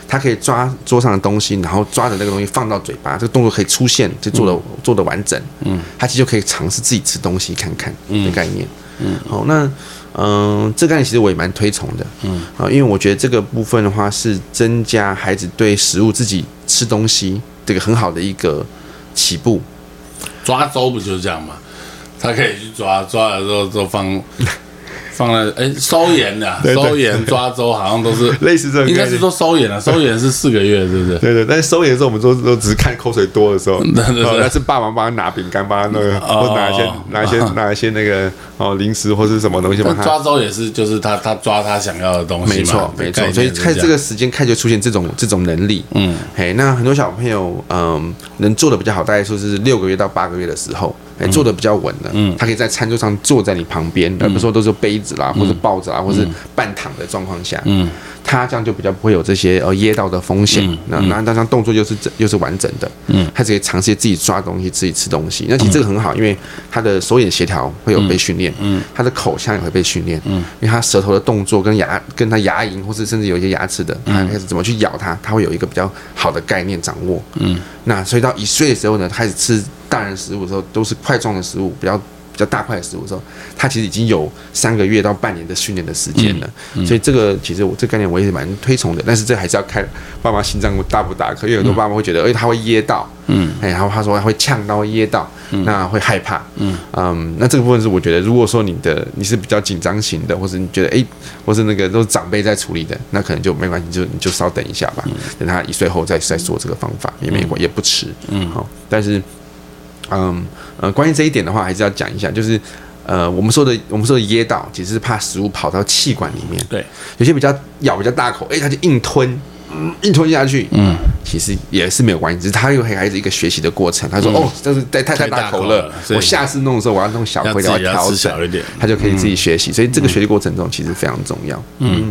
他可以抓桌上的东西，然后抓着那个东西放到嘴巴，这个动作可以出现，就做的完整。他其实就可以尝试自己吃东西看看的概念。好，那这个概念其实我也蛮推崇的。因为我觉得这个部分的话是增加孩子对食物自己吃东西这个很好的一个起步。 抓周不就是这样吗？他可以去抓了之后就放了收盐的，收盐抓周好像都是类似这个， 应该是说收盐了，收盐是4个月，对不对？ 对，但是收盐的时候我们都只是看口水多的时候，那是爸妈帮他拿饼干，帮他那个或拿一些那个零食或是什么东西帮他。 抓周也是，就是他抓他想要的东西嘛， 没错，所以开始这个时间开始就出现这种能力。那很多小朋友能做的比较好，大概说是6个月到8个月的时候。做的比较稳了，他可以在餐桌上坐在你旁边，而不是说都是杯子啦，或者抱着啦，或是半躺的状况下，他这样就比较不会有这些噎到的风险。那这样动作又是完整的，他可以尝试自己抓东西，自己吃东西。那其实这个很好，因为他的手眼协调会有被训练，他的口腔也会被训练，因为他舌头的动作跟他牙龈或是甚至有一些牙齿的，他开始怎么去咬它，他会有一个比较好的概念掌握。那所以到1岁的时候呢，开始吃大人食物的时候，都是块状的食物，比较大块的食物的时候，他其实已经有3个月到半年的训练的时间了。所以这个其实这个概念我也是蛮推崇的，但是这还是要看爸妈心脏大不大颗，因为很多爸妈会觉得，他会噎到，然后他说他会呛到，会噎到，那会害怕。那这个部分是我觉得，如果说你是比较紧张型的，或是你觉得或是那个都是长辈在处理的，那可能就没关系，你就稍等一下吧，等他1岁后再做这个方法也不迟。好，但是。关于这一点的话，还是要讲一下，就是我们说的噎到，其实是怕食物跑到气管里面。对，有些咬比较大口，他就硬吞下去，其实也是没有关系，只是他又还是一个学习的过程。他说，这是太大口了，我下次弄的时候我要弄小口，要调整一点，他就可以自己学习。所以这个学习过程中其实非常重要。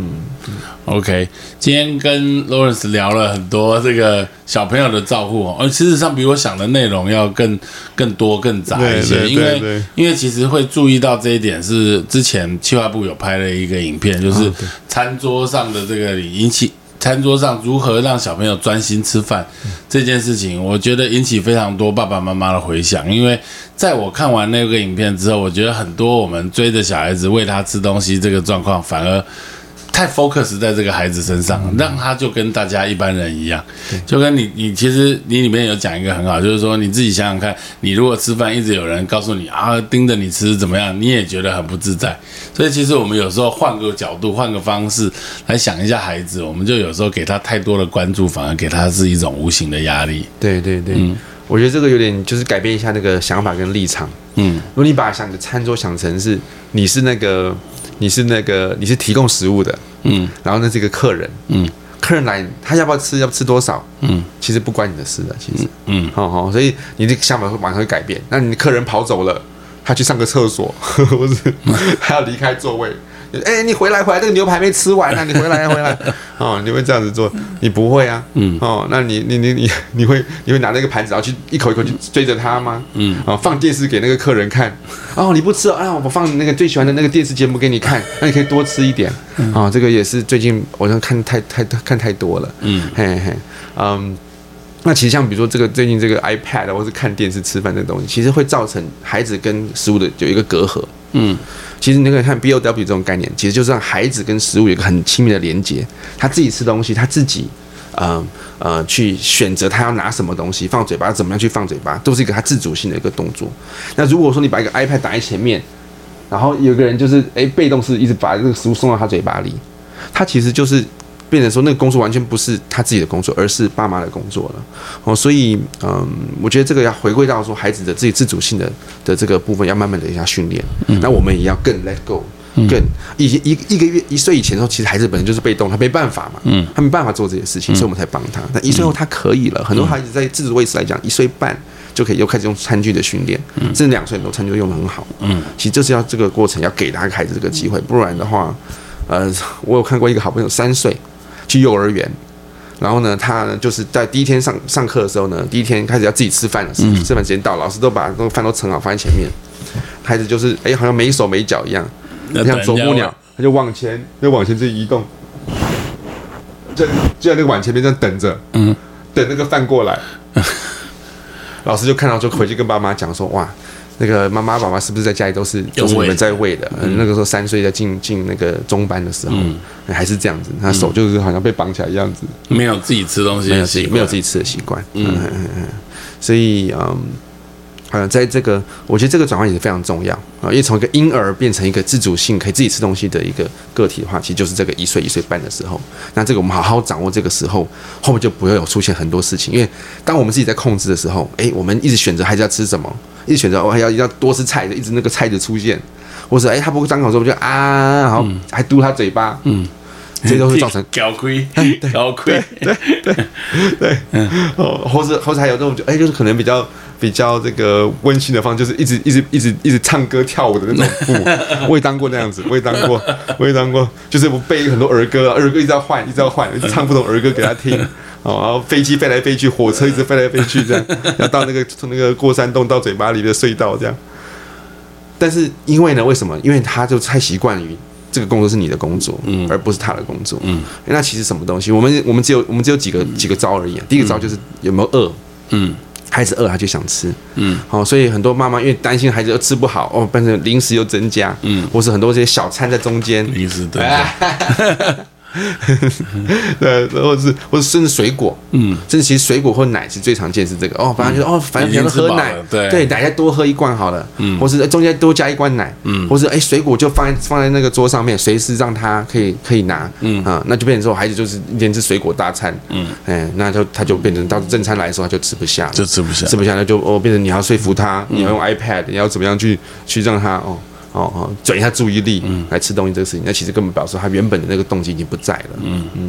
OK， 今天跟 Lawrence 聊了很多这个小朋友的照护事实上比我想的内容要更多更杂一些，因为其实会注意到这一点是之前企划部有拍了一个影片，就是餐桌上的这个餐桌上如何让小朋友专心吃饭这件事情，我觉得引起非常多爸爸妈妈的回响。因为在我看完那个影片之后，我觉得很多我们追着小孩子喂他吃东西这个状况，反而太 focus 在这个孩子身上，让他就跟大家一般人一样，就跟你其实你里面有讲一个很好，就是说你自己想想看，你如果吃饭一直有人告诉你盯着你吃怎么样，你也觉得很不自在。所以其实我们有时候换个角度换个方式来想一下孩子，我们就有时候给他太多的关注，反而给他是一种无形的压力。 对，我觉得这个有点就是改变一下那个想法跟立场。如果你把你的餐桌想成是你是提供食物的，然后那是一个客人，客人来他要不要吃多少，其实不关你的事的，其实，所以你的想法马上会改变。那你的客人跑走了，他去上个厕所，或是他要离开座位，你回来，这个牛排还没吃完呢，你回来你会这样子做？你不会啊，那你会拿那个盘子，然后去一口一口去追着他吗？放电视给那个客人看，你不吃我放那个最喜欢的那个电视节目给你看，那你可以多吃一点这个也是最近我看太多了，那其实像比如说最近这个 iPad 或是看电视吃饭这个东西，其实会造成孩子跟食物的有一个隔阂。其实你可以看 BOW 这种概念，其实就是让孩子跟食物有一个很亲密的连结。他自己吃东西，他自己去选择他要拿什么东西放嘴巴，怎么样去放嘴巴，都是一个他自主性的一个动作。那如果说你把一个 iPad 打在前面，然后有个人就是被动式一直把这个食物送到他嘴巴里，他其实就是变成说那个工作完全不是他自己的工作，而是爸妈的工作了。所以我觉得这个要回归到说孩子的自己自主性的这个部分，要慢慢的一下训练。那我们也要更 let go，更一个月1岁以前的时候，其实孩子本身就是被动，他没办法嘛，他没办法做这些事情，所以我们才帮他。那1岁后他可以了，很多孩子在自主位置来讲，1岁半就可以又开始用餐具的训练，甚至2岁很多餐具用得很好。其实就是要这个过程要给他孩子这个机会，不然的话，我有看过一个好朋友3岁。去幼儿园，然后呢，他呢就是在第一天上课的时候呢，第一天开始要自己吃饭了，吃饭时间到，老师都把那个饭都盛好放在前面，孩子就是好像没手没脚一样，像啄木鸟，他就往前自己移动， 就在那个碗前面这样等着，等那个饭过来。老师就看到，就回去跟爸妈讲说，哇，那个妈妈爸爸是不是在家里都是你们在喂的？那个时候3岁在进那个中班的时候，还是这样子，他手就是好像被绑起来一样子， 没有自己吃东西， 没有自己吃的习惯。所以在这个，我觉得这个转换也是非常重要啊，因为从一个婴儿变成一个自主性可以自己吃东西的一个个体的话，其实就是这个1岁1岁半的时候。那这个我们好好掌握这个时候，后面就不会有出现很多事情。因为当我们自己在控制的时候，我们一直选择孩子要吃什么，一直选择还要多吃菜的，一直那个菜的出现，或者他不张口的时候我们就然后还嘟他嘴巴，这都会造成搞亏， 对，或者还有这种就是可能比较这个温馨的方式，就是一直唱歌跳舞的那种父母，我也当过那样子，我也当过，就是我背很多儿歌一直要换，一直唱不同儿歌给他听，然后飞机飞来飞去，火车一直飞来飞去，这样，要到那个过山洞到嘴巴里的隧道这样。但是因为呢，为什么？因为他就太习惯于这个工作是你的工作，而不是他的工作。那其实什么东西，我们只有几个招而已。第一个招就是有没有饿，孩子饿他就想吃，所以很多妈妈因为担心孩子又吃不好，变成零食又增加，或是很多这些小餐在中间， 零食增加。 对，或者甚至水果，甚至其实水果或奶其实最常见是这个反正就是反正平常喝奶，对，奶再多喝1罐好了，或是中间多加1罐奶，或是水果就放在那个桌上面，随时让他可以拿，那就变成说孩子就是一天吃水果大餐，那他就变成到正餐来的时候他就吃不下，那就变成你要说服他，你要用 iPad， 你要怎么样去让他转移他注意力来吃东西这个事情，那其实根本表示他原本的那个动机已经不在了。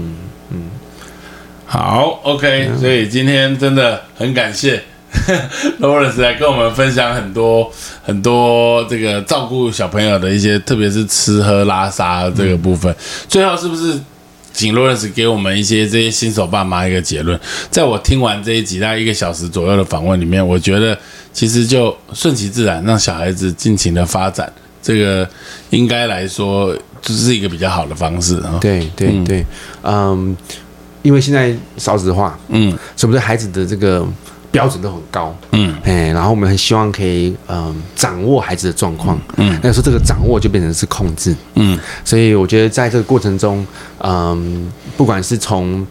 好 ，OK，所以今天真的很感谢Lawrence 来跟我们分享很多这个照顾小朋友的一些，特别是吃喝拉撒这个部分。最后是不是请 Lawrence 给我们一些这些新手爸妈一个结论？在我听完这一集大概1个小时左右的访问里面，我觉得其实就顺其自然，让小孩子尽情的发展。这个应该来说就是一个比较好的方式对，因为现在少子化，所以我们对孩子的这个标准都很高，然后我们很希望可以掌握孩子的状况，那时候这个掌握就变成是控制，所以我觉得在这个过程中，不管是从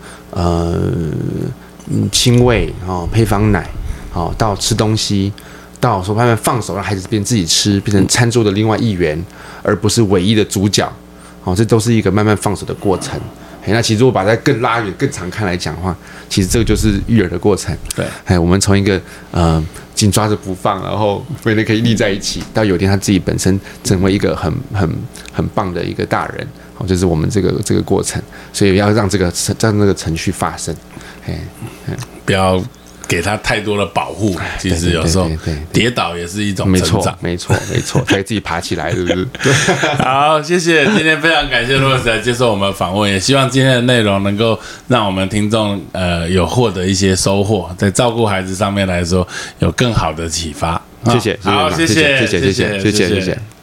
亲喂配方奶到吃东西。到说慢慢放手，让孩子变自己吃，变成餐桌的另外一员，而不是唯一的主角。这都是一个慢慢放手的过程。那其实如果把它更拉远、更长看来讲的话，其实这个就是育儿的过程。对，我们从一个紧抓着不放，然后每天可以腻在一起，到有一天他自己本身成为一个很棒的一个大人。就是我们这个过程，所以要让这个程序发生。 不要给他太多的保护，其实有时候跌倒也是一种成长。 没错，才自己爬起来，是不是？ 好，谢谢，今天非常感谢 Lawrence 来接受我们的访问，也希望今天的内容能够让我们听众有获得一些收获，在照顾孩子上面来说有更好的启发。 谢谢， 好，谢谢。